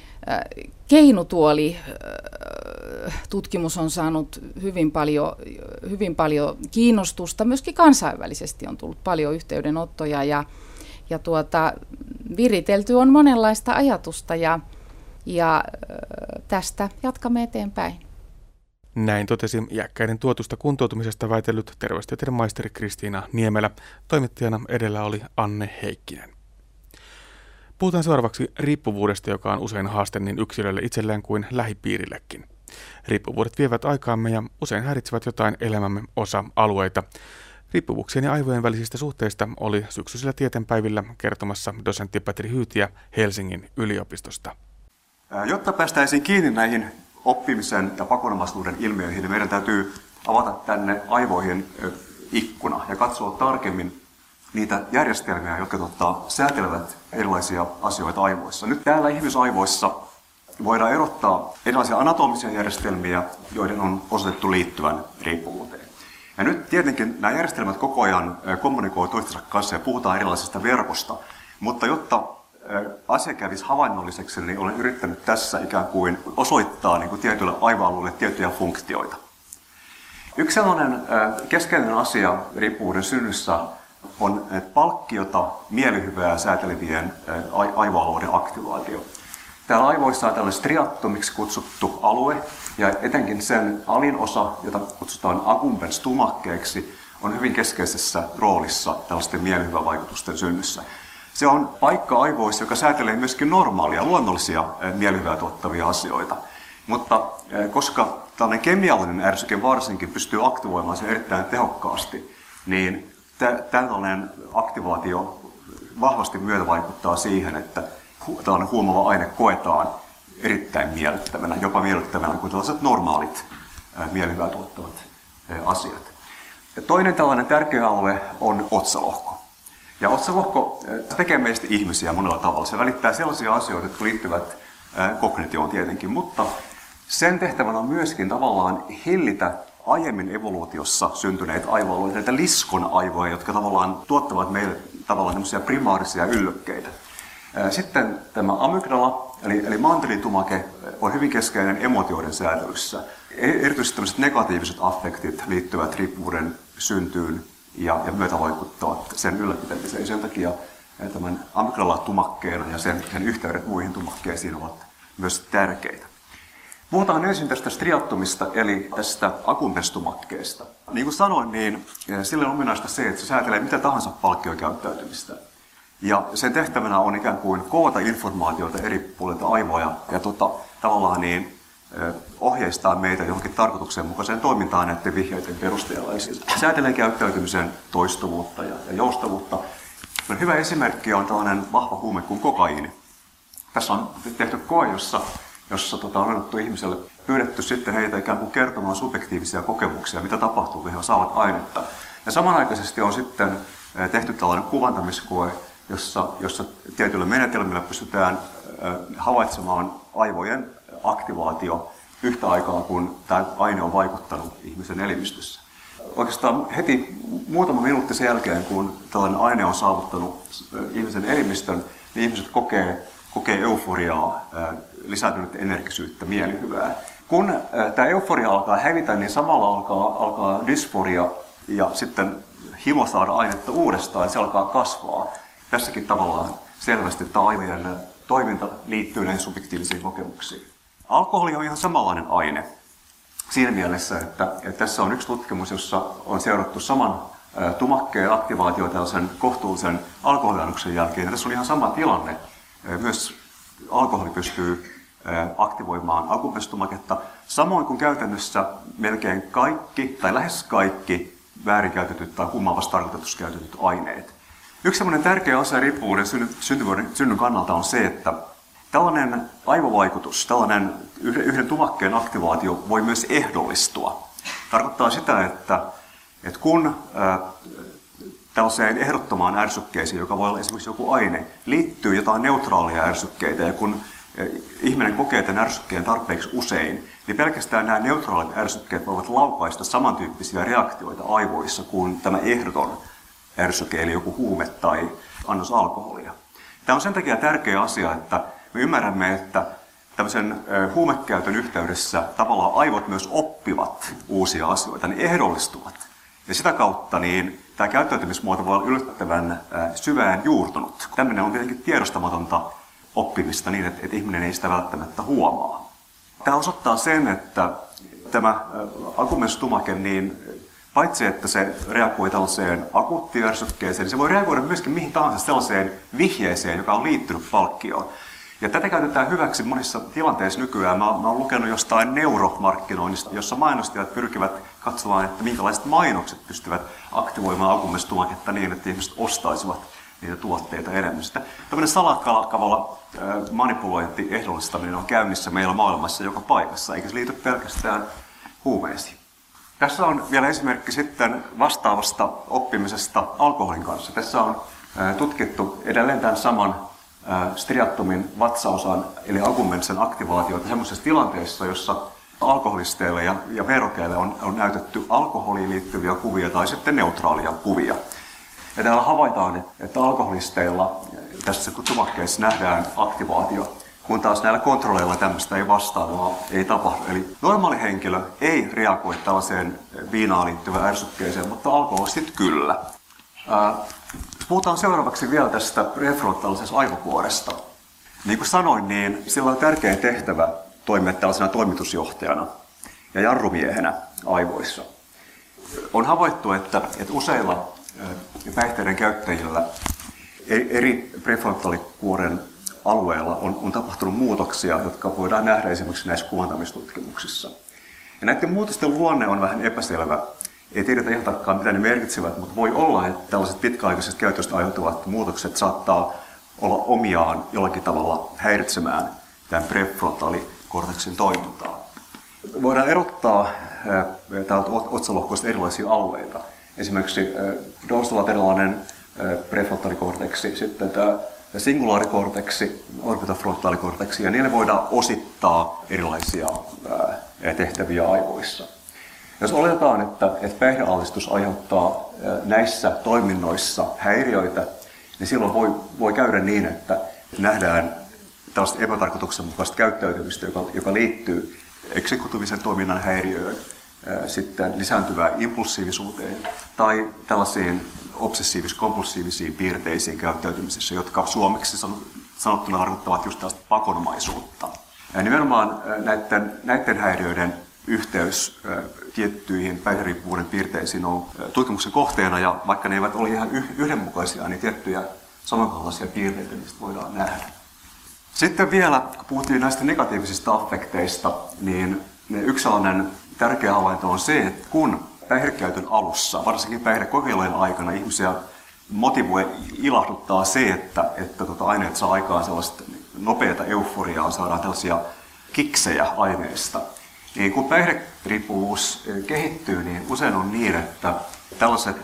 Keinutuoli tutkimus on saanut hyvin paljon kiinnostusta. Myöskin kansainvälisesti on tullut paljon yhteydenottoja ja viritelty on monenlaista ajatusta ja tästä jatkamme eteenpäin. Näin totesi iäkkäiden tuotusta kuntoutumisesta väitellyt terveystieteiden maisteri Kristiina Niemelä. Toimittajana edellä oli Anne Heikkinen. Puhutaan seuraavaksi riippuvuudesta, joka on usein haaste niin yksilölle itselleen kuin lähipiirillekin. Riippuvuudet vievät aikaamme ja usein häiritsevät jotain elämämme osa-alueita. Riippuvuuksien ja aivojen välisistä suhteista oli syksyisillä tieteenpäivillä kertomassa dosentti Petri Hyytiä Helsingin yliopistosta. Jotta päästäisiin kiinni näihin oppimisen ja pakonomaisuuden ilmiöihin, niin meidän täytyy avata tänne aivoihin ikkuna ja katsoa tarkemmin niitä järjestelmiä, jotka säätelevät erilaisia asioita aivoissa. Nyt täällä ihmisaivoissa voidaan erottaa erilaisia anatomisia järjestelmiä, joiden on osoitettu liittyvän riippuvuuteen. Ja nyt tietenkin nämä järjestelmät koko ajan kommunikoivat toistensa kanssa ja puhutaan erilaisesta verkosta, mutta jotta asia kävisi havainnolliseksi, niin olen yrittänyt tässä ikään kuin osoittaa niin kuin tietyille aivoalueille tiettyjä funktioita. Yksi sellainen keskeinen asia riippuvuuden synnyssä on palkkiota mielihyvää säätelevien aivoalueiden aktivaatio. Täällä aivoissa on tällainen striatomiksi kutsuttu alue, ja etenkin sen alin osa, jota kutsutaan accumbens tumakkeeksi, on hyvin keskeisessä roolissa tällaisten mielihyvävaikutusten synnyssä. Se on paikka aivoissa, joka säätelee myöskin normaalia, luonnollisia mielihyvää tuottavia asioita. Mutta koska tällainen kemiallinen ärsyke varsinkin pystyy aktivoimaan sen erittäin tehokkaasti, niin tällainen aktivaatio vahvasti myötävaikuttaa siihen, että tällainen huumaava aine koetaan erittäin miellyttävänä, jopa miellyttävänä kuin tällaiset normaalit mielihyvää tuottavat asiat. Ja toinen tällainen tärkeä alue on otsalohko. Ja otsalohko tekee meistä ihmisiä monella tavalla. Se välittää sellaisia asioita, jotka liittyvät kognitioon tietenkin, mutta sen tehtävänä on myöskin tavallaan hillitä aiemmin evoluutiossa syntyneitä aivoalueita, näitä liskon aivoja, jotka tavallaan tuottavat meille tavallaan primaarisia yllykkeitä. Sitten tämä amygdala, eli mantelitumake, on hyvin keskeinen emootioiden säätelyssä. Erityisesti tämmöiset negatiiviset affektit liittyvät riippuvuuden syntyyn ja myötävaikuttavat sen ylläpitämiseen. Sen takia tämän amygdala-tumakkeena ja sen yhteydet muihin tumakkeisiin ovat myös tärkeitä. Puhutaan ensin tästä striatomista, eli tästä accumbens-tumakkeesta. Niin kuin sanoin, niin sille on ominaista se, että se säätelee mitä tahansa palkkiokäyttäytymistä. Ja sen tehtävänä on ikään kuin koota informaatiota eri puolilta aivoja ja tavallaan niin ohjeistaa meitä johonkin tarkoituksenmukaiseen toimintaan näiden vihjeiden perusteella. Säätelee käyttäytymisen toistuvuutta ja joustavuutta. Hyvä esimerkki on tällainen vahva huume kuin kokaiini. Tässä on tehty koe, jossa on annettu ihmiselle, pyydetty sitten heitä ikään kuin kertomaan subjektiivisia kokemuksia, mitä tapahtuu, kun he saavat ainetta. Ja samanaikaisesti on sitten tehty tällainen kuvantamiskoe, jossa tietyillä menetelmillä pystytään havaitsemaan aivojen aktivaatio yhtä aikaa, kun tämä aine on vaikuttanut ihmisen elimistössä. Oikeastaan heti muutama minuutti sen jälkeen, kun tällainen aine on saavuttanut ihmisen elimistön, niin ihmiset kokee euforiaa, lisääntynyttä energisyyttä, mielihyvää. Kun tämä euforia alkaa hävitä, niin samalla alkaa dysforia ja sitten himo saada ainetta uudestaan, se alkaa kasvaa. Tässäkin tavallaan selvästi tämä aivojen toiminta liittyy näihin subjektiivisiin kokemuksiin. Alkoholi on ihan samanlainen aine siinä mielessä, että tässä on yksi tutkimus, jossa on seurattu saman tumakkeen aktivaatio tällaisen kohtuullisen alkoholiannoksen jälkeen. Ja tässä on ihan sama tilanne. Myös alkoholi pystyy aktivoimaan accumbens-tumaketta, samoin kuin käytännössä melkein kaikki tai lähes kaikki väärinkäytetyt tai kummavassa tarkoitetussa käytetyt aineet. Yksi sellainen tärkeä asia riippuvuuden synnyn kannalta on se, että tällainen aivovaikutus, tällainen yhden tumakkeen aktivaatio voi myös ehdollistua. Tarkoittaa sitä, että kun tällaiseen ehdottomaan ärsykkeeseen, joka voi olla esimerkiksi joku aine, liittyy jotain neutraalia ärsykkeitä, ja kun ihminen kokee tämän ärsykkeen tarpeeksi usein, niin pelkästään nämä neutraalit ärsykkeet voivat laukaista samantyyppisiä reaktioita aivoissa kuin tämä ehdoton ärsyke, eli joku huume tai annos alkoholia. Tämä on sen takia tärkeä asia, että me ymmärrämme, että tämmöisen huumekäytön yhteydessä tavallaan aivot myös oppivat uusia asioita, ne ehdollistuvat. Ja sitä kautta niin tämä käyttäytymismuoto voi olla yllättävän syvään juurtunut. Tämmöinen on tietenkin tiedostamatonta oppimista niin, että ihminen ei sitä välttämättä huomaa. Tämä osoittaa sen, että tämä accumbens-tumake, niin paitsi että se reagoi tällaiseen akuuttiin ärsykkeeseen, niin se voi reagoida myöskin mihin tahansa sellaiseen vihjeeseen, joka on liittynyt palkkioon. Ja tätä käytetään hyväksi monissa tilanteissa nykyään. Mä oon lukenut jostain neuromarkkinoinnista, jossa mainostajat pyrkivät katsomaan, että minkälaiset mainokset pystyvät aktivoimaan accumbens-tumaketta niin, että ihmiset ostaisivat niitä tuotteita enemmän. Tällainen salakavalla manipulointi, ehdollistaminen on käynnissä meillä maailmassa joka paikassa, eikä se liity pelkästään huumeisiin. Tässä on vielä esimerkki sitten vastaavasta oppimisesta alkoholin kanssa. Tässä on tutkittu edelleen tämän saman striatomin vatsaosan eli accumbens-en aktivaatiota sellaisessa tilanteessa, jossa alkoholisteille ja verokeille on näytetty alkoholiin liittyviä kuvia tai sitten neutraalia kuvia. Ja täällä havaitaan, että alkoholisteilla tässä tumakkeessa nähdään aktivaatio, kun taas näillä kontrolleilla tämmöistä ei vastaavaa ei tapahdu. Eli normaali henkilö ei reagoi tällaiseen viinaan liittyvään ärsykkeeseen, mutta alkoholistit kyllä. Puhutaan seuraavaksi vielä tästä prefrontaalisesta aivokuoresta. Niin kuin sanoin, niin sillä on tärkeä tehtävä toimia tällaisena toimitusjohtajana ja jarrumiehenä aivoissa. On havaittu, että useilla päihteiden käyttäjillä eri prefrontaalikuoren alueella on tapahtunut muutoksia, jotka voidaan nähdä esimerkiksi näissä kuvantamistutkimuksissa. Ja näiden muutosten luonne on vähän epäselvä. Ei tiedetä ihan tarkkaan, mitä ne merkitsevät, mutta voi olla, että tällaiset pitkäaikaiset käytöstä aiheutuvat muutokset saattaa olla omiaan jollakin tavalla häiritsemään tämän prefrontaalikorteksin toimintaa. Voidaan erottaa täältä otsalohkoista erilaisia alueita. Esimerkiksi dorsolateraalinen prefrontaalikorteksi, sitten tämä singulaarikorteksi, orbitofrontaalikorteksi, ja niille voidaan osittaa erilaisia tehtäviä aivoissa. Jos oletetaan, että päihdealtistus aiheuttaa näissä toiminnoissa häiriöitä, niin silloin voi käydä niin, että nähdään tällaista epätarkoituksenmukaista käyttäytymistä, joka liittyy eksekutiivisen toiminnan häiriöön, sitten lisääntyvään impulsiivisuuteen tai tällaisiin obsessiivis-kompulsiivisiin piirteisiin käyttäytymisessä, jotka suomeksi sanottuna tarkoittavat just tällaista pakonomaisuutta. Ja nimenomaan näiden häiriöiden yhteys tiettyihin päihderiippuvuuden piirteisiin on tutkimuksen kohteena, ja vaikka ne eivät ole ihan yhdenmukaisia, niin tiettyjä samankaltaisia piirteitä niistä voidaan nähdä. Sitten vielä, kun puhuttiin näistä negatiivisista affekteista, niin yksi sellainen tärkeä havainto on se, että kun päihdekäytön alussa, varsinkin päihdekokeilujen aikana, ihmisiä motivoi, ilahduttaa se, että aineet saa aikaan sellaista nopeata euforiaa, saadaan tällaisia kiksejä aineista, niin kun päihderiippuvuus kehittyy, niin usein on niin, että tällaiset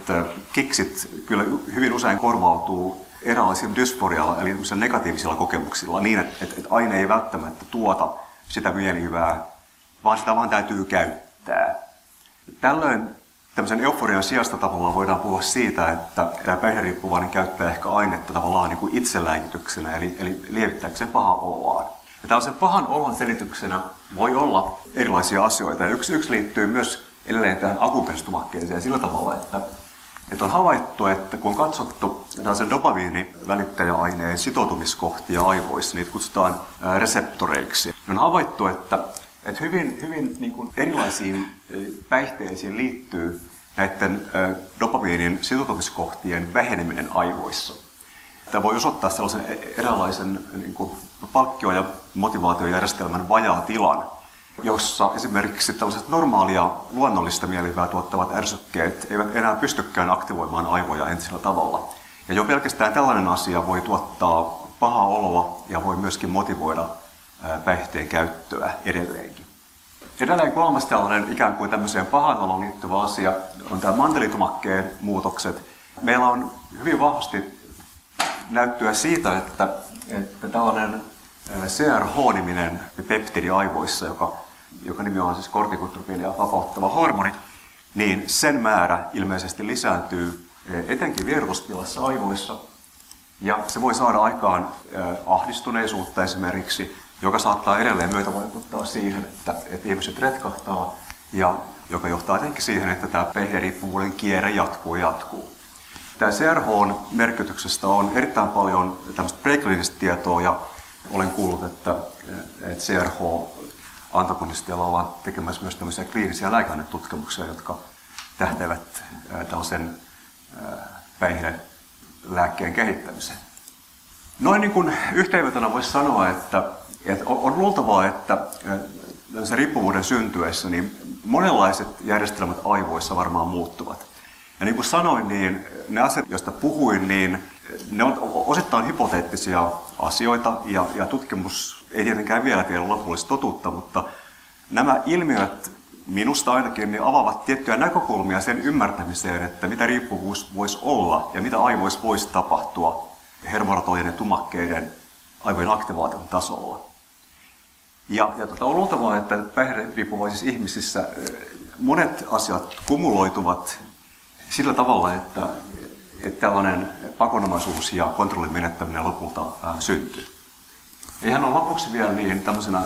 kiksit kyllä hyvin usein korvautuu eräänlaisilla dysforialla, eli negatiivisilla kokemuksilla, niin että aine ei välttämättä tuota sitä mielihyvää, vaan sitä vaan täytyy käyttää. Tällöin tämmöisen euforian sijasta tavallaan voidaan puhua siitä, että tämä päihderiippuvainen käyttää ehkä ainetta tavallaan niin kuin itselääkityksenä, eli lievittääkseen pahan oloaan. Ja tällaisen pahan olon selityksenä voi olla erilaisia asioita. Ja yksi liittyy myös edelleen tähän akupestumakkeeseen sillä tavalla, että on havaittu, että kun on katsottu tällaisen dopamiinivälittäjäaineen sitoutumiskohtia aivoissa, niitä kutsutaan reseptoreiksi, on havaittu, että hyvin niin kuin erilaisiin päihteisiin liittyy näiden dopamiinin sitoutumiskohtien väheneminen aivoissa. Tämä voi osoittaa sellaisen eräänlaisen niin kuin palkkio- ja motivaatiojärjestelmän vajaatilan, jossa esimerkiksi tällaiset normaalia luonnollista mielihyvää tuottavat ärsykkeet eivät enää pystykään aktivoimaan aivoja entisellä tavalla. Ja jo pelkästään tällainen asia voi tuottaa pahaa oloa ja voi myöskin motivoida päihteen käyttöä edelleenkin. Edelleen kolmas tällainen ikään kuin tämmöiseen pahan oloon liittyvä asia on tämä mantelitumakkeen muutokset. Meillä on hyvin vahvasti näyttöä siitä, että tällainen CRH-niminen peptidi aivoissa, joka nimi on siis kortikotropiinia vapauttava hormoni, niin sen määrä ilmeisesti lisääntyy etenkin vierotustilassa aivoissa. Ja se voi saada aikaan ahdistuneisuutta esimerkiksi, joka saattaa edelleen myötävaikuttaa siihen, että ihmiset retkahtaa, ja joka johtaa etenkin siihen, että tämä päihderiippuvuuden kierre jatkuu. Tämä CRH:n merkityksestä on erittäin paljon tämmöistä prekliinistä tietoa, ja olen kuullut, että CRH-antagonisteilla ollaan tekemässä myös tämmöisiä kliinisiä lääkeainetutkimuksia, jotka tähtäävät tällaisen päihdelääkkeen kehittämiseen. Noin niin kuin yhteenvetona voisi sanoa, että on luultavaa, että se riippuvuuden syntyessä niin monenlaiset järjestelmät aivoissa varmaan muuttuvat. Ja niin kuin sanoin, niin ne asiat, joista puhuin, niin ne on osittain hypoteettisia asioita ja tutkimus ei tietenkään vielä tiedä lopullista totuutta, mutta nämä ilmiöt minusta ainakin niin avaavat tiettyjä näkökulmia sen ymmärtämiseen, että mitä riippuvuus voisi olla ja mitä aivoissa voisi tapahtua hermoratojen ja tumakkeiden aivojen aktivaation tasolla. Ja on luultavaa, että päihderiippuvaisissa ihmisissä monet asiat kumuloituvat sillä tavalla, että tällainen pakonomaisuus ja kontrollin menettäminen lopulta syntyy. Ja ihan on lopuksi vielä niin tämmöisenä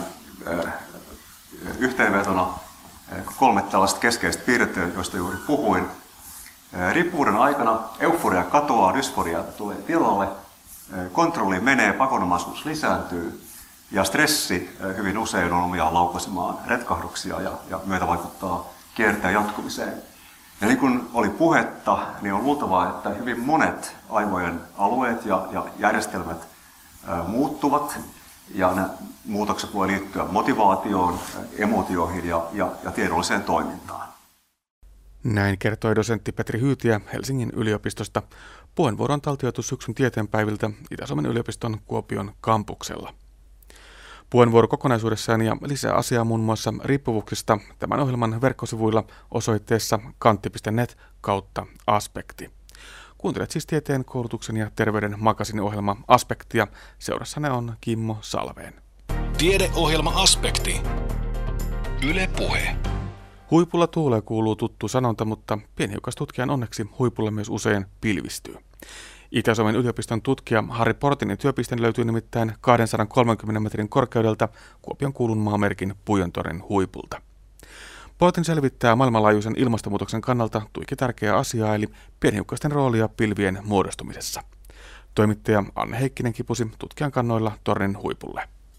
yhteenvetona 3 tällaista keskeistä piirrettä, joista juuri puhuin. Riippuvuuden aikana euforia katoaa, dysforia tulee tilalle, kontrolli menee, pakonomaisuus lisääntyy ja stressi hyvin usein on omiaan laukaisemaan retkahduksia ja myötävaikuttaa kierteen jatkumiseen. Ja niin kuin oli puhetta, niin on luultavaa, että hyvin monet aivojen alueet ja järjestelmät muuttuvat. Ja nämä muutokset voi liittyä motivaatioon, emootioihin ja tiedolliseen toimintaan. Näin kertoi dosentti Petri Hyytiä Helsingin yliopistosta. Puheenvuoron taltioitu syksyn tieteenpäiviltä Itä-Suomen yliopiston Kuopion kampuksella. Puheenvuoro kokonaisuudessaan ja lisää asiaa muun muassa riippuvuuksista tämän ohjelman verkkosivuilla osoitteessa kantti.net/aspekti. Kuuntelet siis tieteen, koulutuksen ja terveyden magasiniohjelma Aspektia. Seurassanne on Kimmo Salveen. Tiedeohjelma Aspekti. Yle Puhe. Huipulla tuulee kuuluu tuttu sanonta, mutta pienhiukkastutkijan onneksi huipulla myös usein pilvistyy. Itä-Suomen yliopiston tutkija Harri Portinin työpiste löytyy nimittäin 230 metrin korkeudelta Kuopion Kuulun maamerkin Pujontorin huipulta. Pohjotin selvittää maailmanlaajuisen ilmastonmuutoksen kannalta tuiki tärkeää asiaa, eli pienhiukkasten roolia pilvien muodostumisessa. Toimittaja Anne Heikkinen kipusi tutkijan kannoilla tornin huipulle.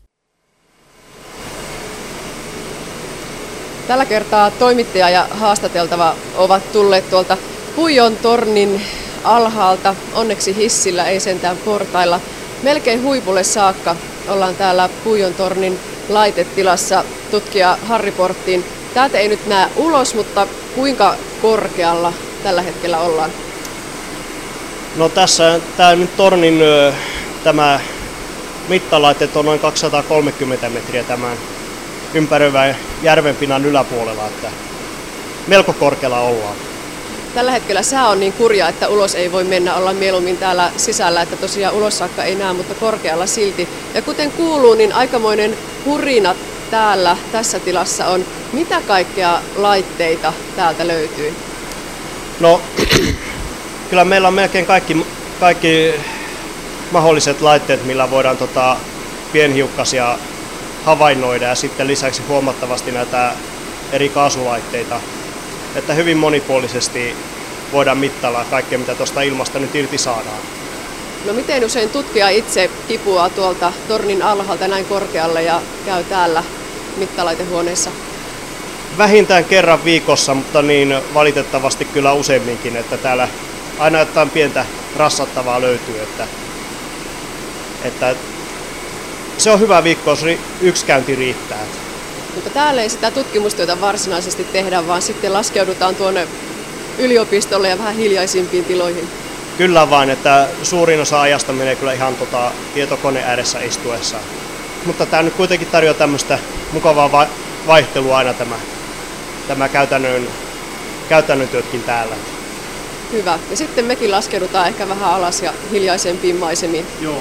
Tällä kertaa toimittaja ja haastateltava ovat tulleet tuolta Puijon tornin alhaalta, onneksi hissillä, ei sentään portailla. Melkein huipulle saakka ollaan täällä Puijon tornin laitetilassa tutkija Harri Porttiin. Täältä ei nyt näe ulos, mutta kuinka korkealla tällä hetkellä ollaan? No tässä tämä nyt tornin tämä mittalaite on noin 230 metriä tämän ympäröivän järvenpinnan yläpuolella, että melko korkealla ollaan. Tällä hetkellä sää on niin kurja, että ulos ei voi mennä, olla mieluummin täällä sisällä, että tosiaan ulos saakka ei näe, mutta korkealla silti. Ja kuten kuuluu, niin aikamoinen hurina täällä tässä tilassa on. Mitä kaikkea laitteita täältä löytyy? No kyllä meillä on melkein kaikki mahdolliset laitteet, millä voidaan pienhiukkasia havainnoida ja sitten lisäksi huomattavasti näitä eri kaasulaitteita. Että hyvin monipuolisesti voidaan mittailla kaikkea, mitä tuosta ilmasta nyt irti saadaan. No miten usein tutkija itse kipuaa tuolta tornin alhaalta näin korkealle ja käy täällä mittalaitehuoneessa? Vähintään kerran viikossa, mutta niin valitettavasti kyllä useamminkin, että täällä aina jotain pientä rassattavaa löytyy. Että se on hyvä viikko, jos yksi käynti riittää. Mutta täällä ei sitä tutkimustyötä varsinaisesti tehdä, vaan sitten laskeudutaan tuonne yliopistolle ja vähän hiljaisimpiin tiloihin. Kyllä vain, että suurin osa ajasta menee kyllä ihan tietokoneen ääressä istuessa. Mutta tämä nyt kuitenkin tarjoaa tämmöistä mukavaa vaihtelua aina tämä käytännön työtkin täällä. Hyvä. Ja sitten mekin laskeudutaan ehkä vähän alas ja hiljaisempiin maisemiin. Joo.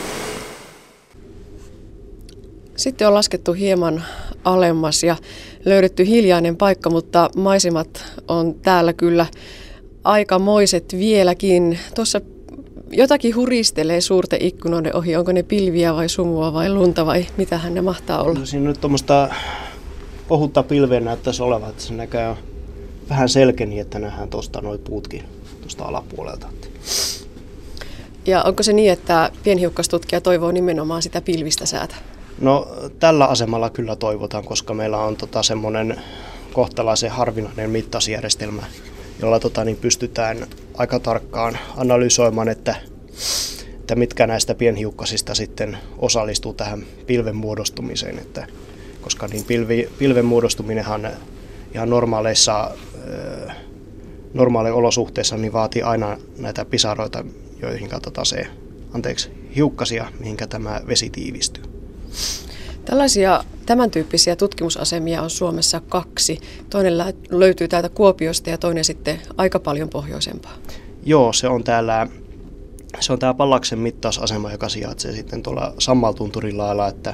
Sitten on laskettu hieman alemmas ja löydetty hiljainen paikka, mutta maisemat on täällä kyllä aikamoiset vieläkin. Tuossa jotakin huristelee suurten ikkunoiden ohi. Onko ne pilviä vai sumua vai lunta vai mitähän ne mahtaa olla? No, siinä nyt tuommoista ohutta pilveä näyttäisi olevan, että se näkee vähän selkeni, että nähdään tuosta nuo puutkin tuosta alapuolelta. Ja onko se niin, että pienhiukkastutkija toivoo nimenomaan sitä pilvistä säätä? No tällä asemalla kyllä toivotaan, koska meillä on semmoinen kohtalaisen harvinainen mittausjärjestelmä, jolla pystytään aika tarkkaan analysoimaan, että mitkä näistä pienhiukkasista sitten osallistuu tähän pilven muodostumiseen. Koska niin pilven muodostuminenhan ihan normaaleissa olosuhteissa niin vaatii aina näitä pisaroita, joihin hiukkasia, mihinkä tämä vesi tiivistyy. Tämän tyyppisiä tutkimusasemia on Suomessa 2. Toinen löytyy täältä Kuopiosta ja toinen sitten aika paljon pohjoisempaa. Joo, se on tämä Pallaksen mittausasema, joka sijaitsee sitten tuolla Sammaltunturin lailla, että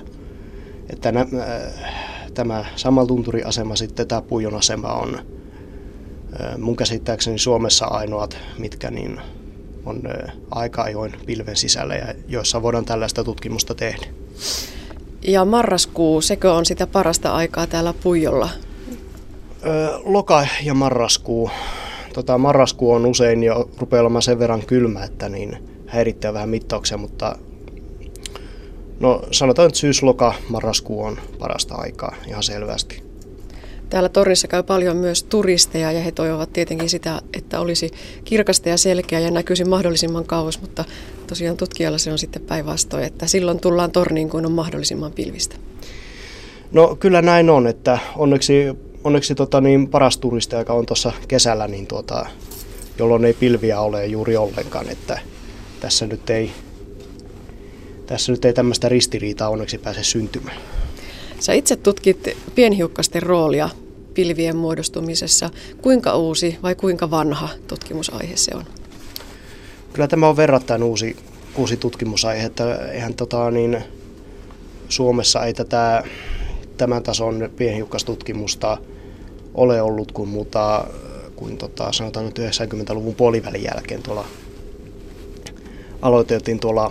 tämä Sammaltunturiasema sitten tämä Puijon asema on mun käsittääkseni Suomessa ainoat, mitkä niin on aika ajoin pilven sisällä ja joissa voidaan tällaista tutkimusta tehdä. Ja marraskuu, sekö on sitä parasta aikaa täällä Puijolla? Loka ja marraskuu. Marraskuu on usein jo rupeaa olemaan sen verran kylmä, että niin häirittää vähän mittauksia, mutta no sanotaan, että syys-loka, marraskuu on parasta aikaa ihan selvästi. Täällä tornissa käy paljon myös turisteja ja he toivovat tietenkin sitä, että olisi kirkasta ja selkeä ja näkyisi mahdollisimman kauas, mutta tosiaan tutkijalla se on sitten päinvastoin, että silloin tullaan torniin, kun on mahdollisimman pilvistä. No kyllä näin on, että onneksi paras turistiaika on tuossa kesällä, niin jolloin ei pilviä ole juuri ollenkaan, että tässä nyt ei tämmöistä ristiriitaa onneksi pääse syntymään. Sä itse tutkit pienhiukkasten roolia pilvien muodostumisessa. Kuinka uusi vai kuinka vanha tutkimusaihe se on? Kyllä tämä on verrattain uusi tutkimusaihe, että eihän Suomessa ei tämän tason pienhiukkastutkimusta ole ollut kuin sanotaan nyt 90-luvun puolivälin jälkeen aloiteltiin tuolla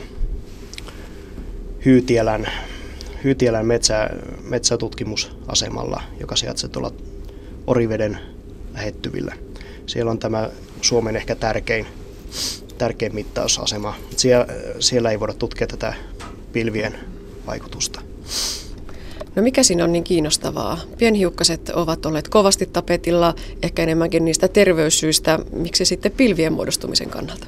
Hyytiälän metsätutkimusasemalla, joka sijaitsee tuolla Oriveden lähettyvillä. Siellä on tämä Suomen ehkä tärkein mittausasema. Siellä ei voida tutkia tätä pilvien vaikutusta. No mikä siinä on niin kiinnostavaa? Pienhiukkaset ovat olleet kovasti tapetilla, ehkä enemmänkin niistä terveyssyistä. Miksi sitten pilvien muodostumisen kannalta?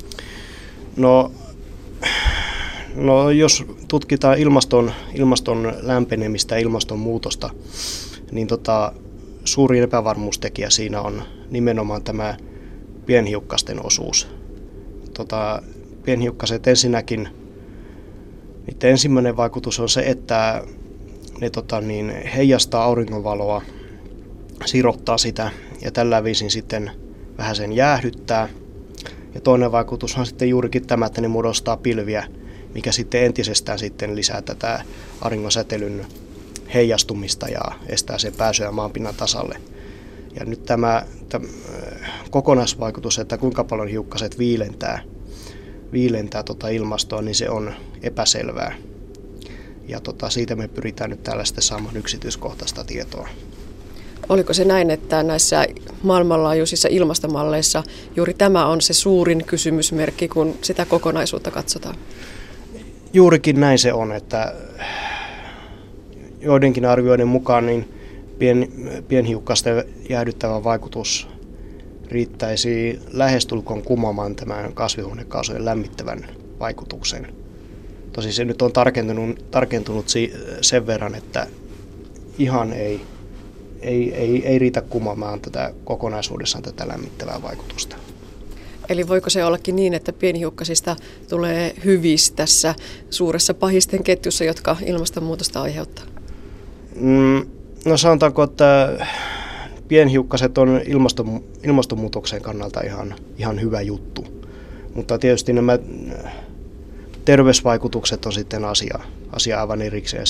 No jos tutkitaan ilmaston lämpenemistä ja ilmastonmuutosta, niin suurin epävarmuustekijä siinä on nimenomaan tämä pienhiukkasten osuus. Pienhiukkaset ensinnäkin, niiden ensimmäinen vaikutus on se, että ne heijastaa auringonvaloa, sirottaa sitä ja tällä viisin sitten vähän sen jäähdyttää. Ja toinen vaikutus on sitten juurikin tämä, että ne muodostaa pilviä, mikä sitten entisestään sitten lisää tätä auringonsäteilyn heijastumista ja estää sen pääsyä maanpinnan tasalle. Ja nyt tämä kokonaisvaikutus, että kuinka paljon hiukkaset viilentää ilmastoa, niin se on epäselvää. Ja siitä me pyritään nyt täällä sitten saamaan yksityiskohtaista tietoa. Oliko se näin, että näissä maailmanlaajuisissa ilmastomalleissa juuri tämä on se suurin kysymysmerkki, kun sitä kokonaisuutta katsotaan? Juurikin näin se on, että joidenkin arvioiden mukaan niin pienhiukkasten jäähdyttävä vaikutus riittäisi lähestulkoon kumoamaan tämän kasvihuonekaasujen lämmittävän vaikutuksen. Tosin se nyt on tarkentunut sen verran, että ihan ei riitä kumoamaan tätä kokonaisuudessaan tätä lämmittävää vaikutusta. Eli voiko se ollakin niin, että pienhiukkasista tulee hyvis tässä suuressa pahisten ketjussa, jotka ilmastonmuutosta aiheuttaa? No sanotaanko, että pienhiukkaset on ilmastonmuutoksen kannalta ihan hyvä juttu. Mutta tietysti nämä terveysvaikutukset on sitten asia aivan erikseen.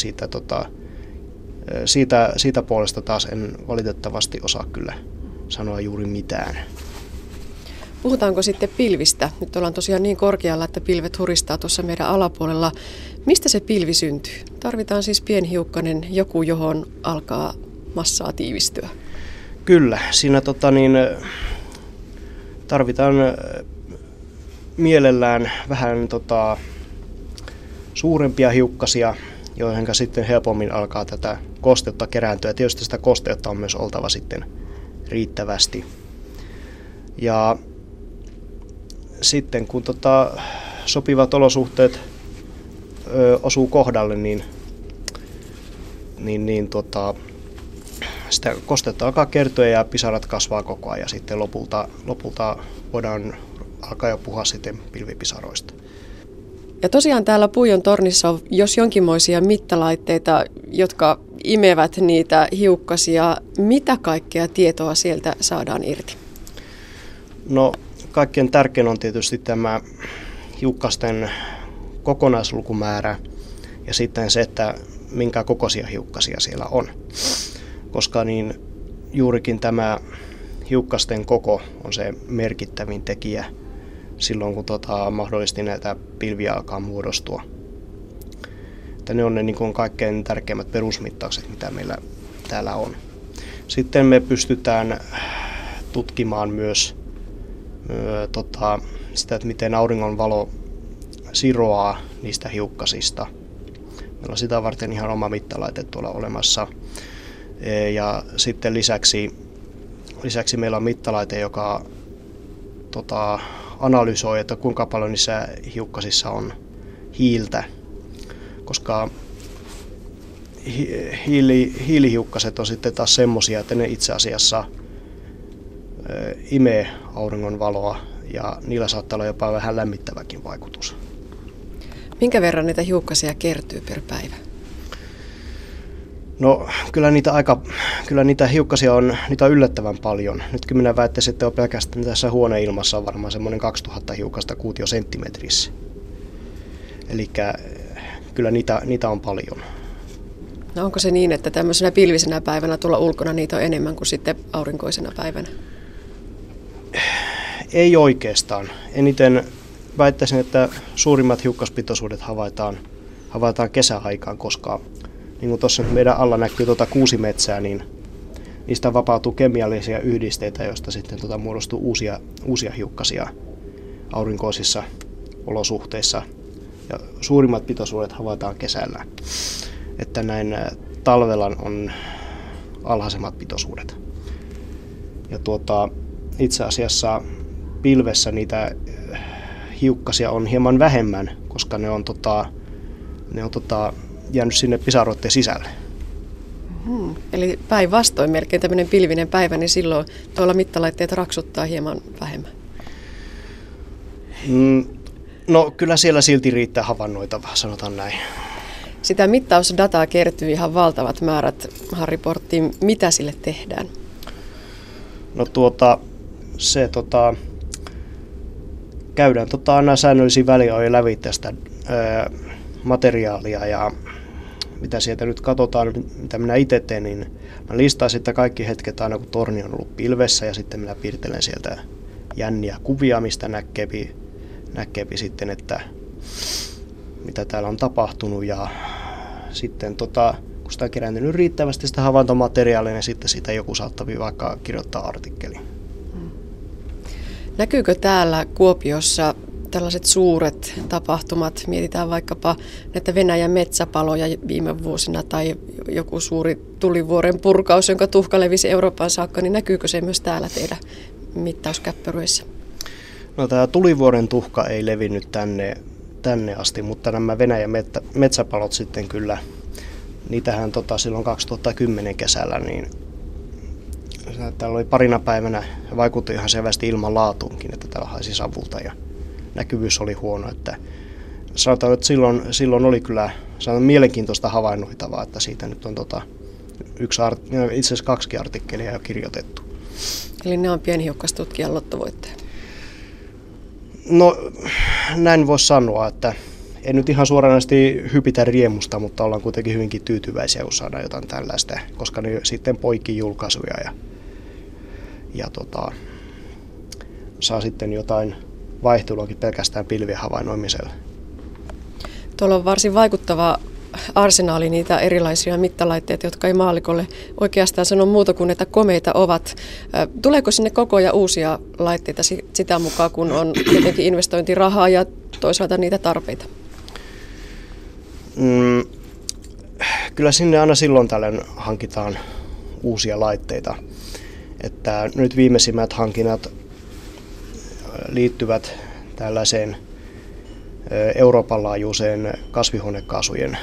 Siitä puolesta taas en valitettavasti osaa kyllä sanoa juuri mitään. Puhutaanko sitten pilvistä? Nyt ollaan tosiaan niin korkealla, että pilvet huristaa tuossa meidän alapuolella. Mistä se pilvi syntyy? Tarvitaan siis pienhiukkanen, joku johon alkaa massaa tiivistyä. Kyllä, siinä tarvitaan mielellään vähän suurempia hiukkasia, joihin sitten helpommin alkaa tätä kosteutta kerääntyä. Ja tietysti sitä kosteutta on myös oltava sitten riittävästi. Ja sitten kun sopivat osuu kohdalle, niin sitä kosteutta alkaa kertyä ja pisarat kasvaa koko ajan. Sitten lopulta voidaan alkaa jo puhua sitten pilvipisaroista. Ja tosiaan täällä Puijon tornissa on jos jonkinmoisia mittalaitteita, jotka imevät niitä hiukkasia. Mitä kaikkea tietoa sieltä saadaan irti? No kaikkein tärkein on tietysti tämä hiukkasten kokonaislukumäärä ja sitten se, että minkä kokoisia hiukkasia siellä on. Koska niin juurikin tämä hiukkasten koko on se merkittävin tekijä silloin, kun mahdollisesti näitä pilviä alkaa muodostua. Että ne on ne niin kuin kaikkein tärkeimmät perusmittaukset, mitä meillä täällä on. Sitten me pystytään tutkimaan myös sitä, että miten auringonvalo siroaa niistä hiukkasista. Meillä on sitä varten ihan oma mittalaite tuolla olemassa. Ja sitten lisäksi meillä on mittalaite, joka analysoi, että kuinka paljon niissä hiukkasissa on hiiltä, koska hiilihiukkaset on sitten taas semmoisia, että ne itse asiassa imee auringon valoa ja niillä saattaa olla jopa vähän lämmittäväkin vaikutus. Minkä verran niitä hiukkasia kertyy per päivä? No kyllä niitä hiukkasia on yllättävän paljon. Nytkin minä väittäisin, että on pelkästään tässä huoneilmassa on varmaan semmoinen 2000 hiukkasta kuutiosenttimetrissä. Eli kyllä niitä on paljon. No onko se niin, että tämmöisenä pilvisenä päivänä tulla ulkona niitä on enemmän kuin sitten aurinkoisena päivänä? Ei oikeastaan. Eniten väittäisin, että suurimmat hiukkaspitoisuudet havaitaan kesäaikaan, koska niin kuin tuossa meidän alla näkyy kuusimetsää, niin niistä vapautuu kemiallisia yhdisteitä, joista sitten muodostuu uusia hiukkasia aurinkoisissa olosuhteissa. Ja suurimmat pitoisuudet havaitaan kesällä, että näin talvella on alhaisemmat pitoisuudet. Ja itse asiassa pilvessä niitä hiukkasia on hieman vähemmän, koska ne on jäänyt sinne pisaroiden sisälle. Eli päinvastoin melkein tämmöinen pilvinen päivä, niin silloin tuolla mittalaitteet raksuttaa hieman vähemmän. No kyllä siellä silti riittää havainnoitavaa, sanotaan näin. Sitä mittausdataa kertyy ihan valtavat määrät Harry-porttiin. Mitä sille tehdään? No käydään aina säännöllisiä väliajoja läpi tästä materiaalia ja mitä sieltä nyt katsotaan, mitä minä itse teen, niin mä listaan sitten kaikki hetket aina kun torni on ollut pilvessä ja sitten minä piirtelen sieltä jänniä kuvia, mistä näkeepi sitten, että mitä täällä on tapahtunut ja sitten kun sitä on kerääntynyt riittävästi sitä havaintomateriaalia, niin sitten siitä joku saattaa vaikka kirjoittaa artikkeli. Näkyykö täällä Kuopiossa tällaiset suuret tapahtumat, mietitään vaikkapa näitä Venäjän metsäpaloja viime vuosina tai joku suuri tulivuoren purkaus, jonka tuhka levisi Euroopan saakka, niin näkyykö se myös täällä teidän mittauskäppyröissä? No tämä tulivuoren tuhka ei levinnyt tänne asti, mutta nämä Venäjän metsäpalot sitten kyllä, niitähän silloin 2010 kesällä, niin täällä oli parina päivänä, vaikutti ihan selvästi ilman laatuunkin, että täällä haisi savulta ja näkyvyys oli huono, että sanotaan, että silloin oli kyllä mielenkiintoista havainnoitavaa, että siitä nyt on itse asiassa 2 artikkelia jo kirjoitettu. Eli ne on pienhiukkastutkijan lottovoitteja? No näin voisi sanoa, että ei nyt ihan suoranaisesti hypitä riemusta, mutta ollaan kuitenkin hyvinkin tyytyväisiä, kun saadaan jotain tällaista, koska ne sitten poikii julkaisuja ja saa sitten jotain vaihteluakin pelkästään pilvien havainnoimisella. Tuolla on varsin vaikuttava arsenaali niitä erilaisia mittalaitteita, jotka ei maallikolle oikeastaan sano muuta kuin, että komeita ovat. Tuleeko sinne koko ajan uusia laitteita sitä mukaan, kun on tietenkin investointirahaa ja toisaalta niitä tarpeita? Kyllä sinne aina silloin tällöin hankitaan uusia laitteita. Että nyt viimeisimmät hankinnat liittyvät tällaiseen Euroopan laajuiseen kasvihuonekaasujen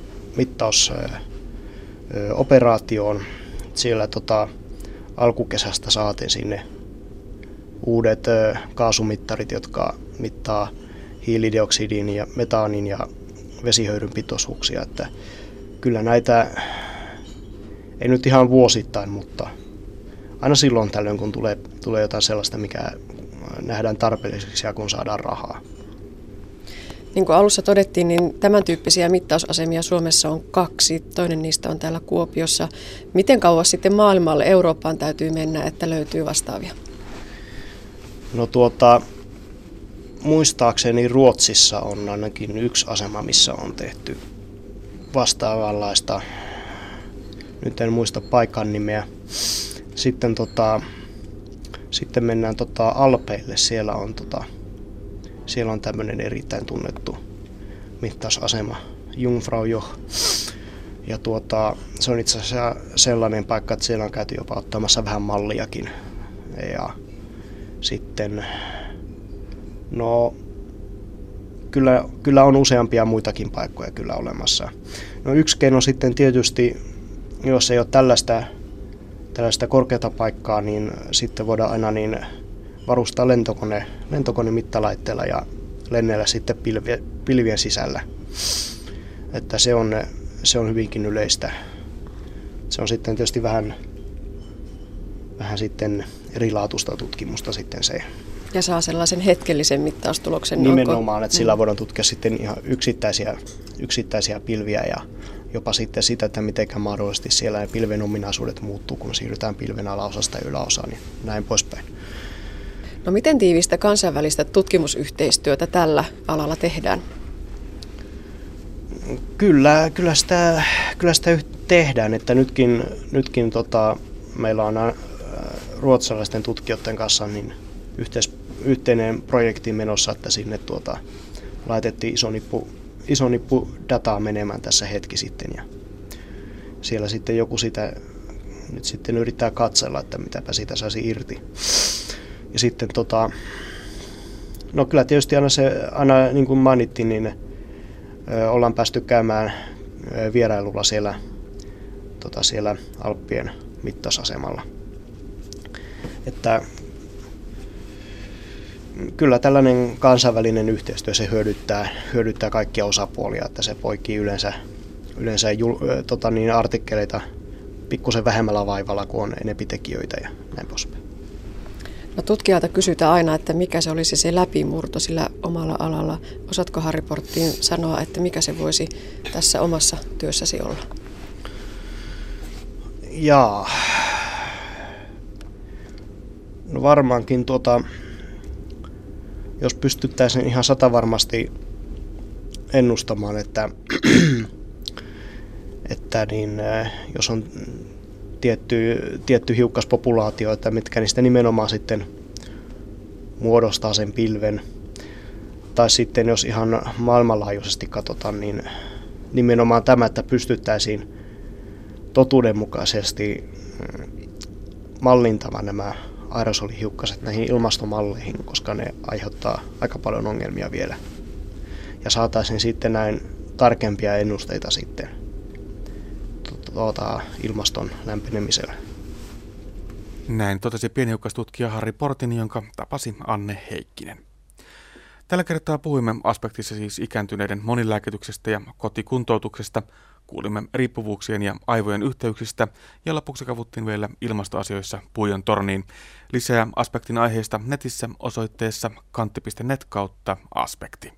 mittausoperaatioon. Siellä alkukesästä saatiin sinne uudet kaasumittarit, jotka mittaa hiilidioksidin ja metaanin ja vesihöyryn pitoisuuksia. Että kyllä näitä ei nyt ihan vuosittain, mutta aina silloin tällöin, kun tulee jotain sellaista, mikä nähdään tarpeelliseksi ja kun saadaan rahaa. Niin kuin alussa todettiin, niin tämän tyyppisiä mittausasemia Suomessa on 2. Toinen niistä on täällä Kuopiossa. Miten kauas sitten maailmalle, Eurooppaan täytyy mennä, että löytyy vastaavia? No muistaakseni Ruotsissa on ainakin 1 asema, missä on tehty vastaavanlaista. Nyt en muista paikan nimeä. Sitten mennään Alpeille. Siellä on tämmöinen erittäin tunnettu mittausasema, Jungfraujoch. Ja se on itse asiassa sellainen paikka, että siellä on käyty jopa ottamassa vähän malliakin. Ja sitten, no kyllä on useampia muitakin paikkoja kyllä olemassa. No yksi keino sitten tietysti, jos ei ole tällaista korkeata paikkaa, niin sitten voidaan aina varustaa lentokone mittalaitteella ja lennellä sitten pilvien sisällä. Että se on hyvinkin yleistä. Se on sitten tietysti vähän sitten erilaatuista tutkimusta sitten se. Ja saa sellaisen hetkellisen mittaustuloksen. Nimenomaan, että sillä voidaan tutkia sitten ihan yksittäisiä pilviä ja jopa sitten sitä, että miten mahdollisesti siellä pilven ominaisuudet muuttuu, kun siirrytään pilven alaosasta ja yläosaan ja näin poispäin. No miten tiivistä kansainvälistä tutkimusyhteistyötä tällä alalla tehdään? Kyllä sitä tehdään, että nytkin meillä on ruotsalaisten tutkijoiden kanssa niin yhteinen projekti menossa, että sinne laitettiin iso nippu dataa menemään tässä hetki sitten ja siellä sitten joku sitä nyt sitten yrittää katsella, että mitäpä siitä saisi irti. Ja sitten no kyllä tietysti aina niin kuin mainittiin, niin ollaan päästy käymään vierailulla siellä Alppien mittausasemalla. Että kyllä tällainen kansainvälinen yhteistyö se hyödyttää kaikkia osapuolia, että se poikii yleensä artikkeleita pikkusen vähemmällä vaivalla, kun on enempi tekijöitä ja näin poispäin. No tutkijalta kysytään aina, että mikä se olisi se läpimurto sillä omalla alalla. Osaatko Harri Portin sanoa, että mikä se voisi tässä omassa työssäsi olla? Jaa. No varmaankin jos pystyttäisiin ihan satavarmasti ennustamaan, että jos on tietty hiukkaspopulaatio, että mitkä niistä nimenomaan sitten muodostaa sen pilven. Tai sitten jos ihan maailmanlaajuisesti katsotaan, niin nimenomaan tämä, että pystyttäisiin totuudenmukaisesti mallintamaan nämä aerosolihiukkaset näihin ilmastomalleihin, koska ne aiheuttaa aika paljon ongelmia vielä. Ja saataisiin sitten näin tarkempia ennusteita sitten ilmaston lämpenemisellä. Näin totesi pienhiukkastutkija Harri Portini, jonka tapasi Anne Heikkinen. Tällä kertaa puhuimme aspektissa siis ikääntyneiden monilääkityksestä ja kotikuntoutuksesta, kuulimme riippuvuuksien ja aivojen yhteyksistä ja lopuksi kavuttiin vielä ilmastoasioissa Puijon torniin. Lisää aspektin aiheista netissä osoitteessa kantti.net/aspekti.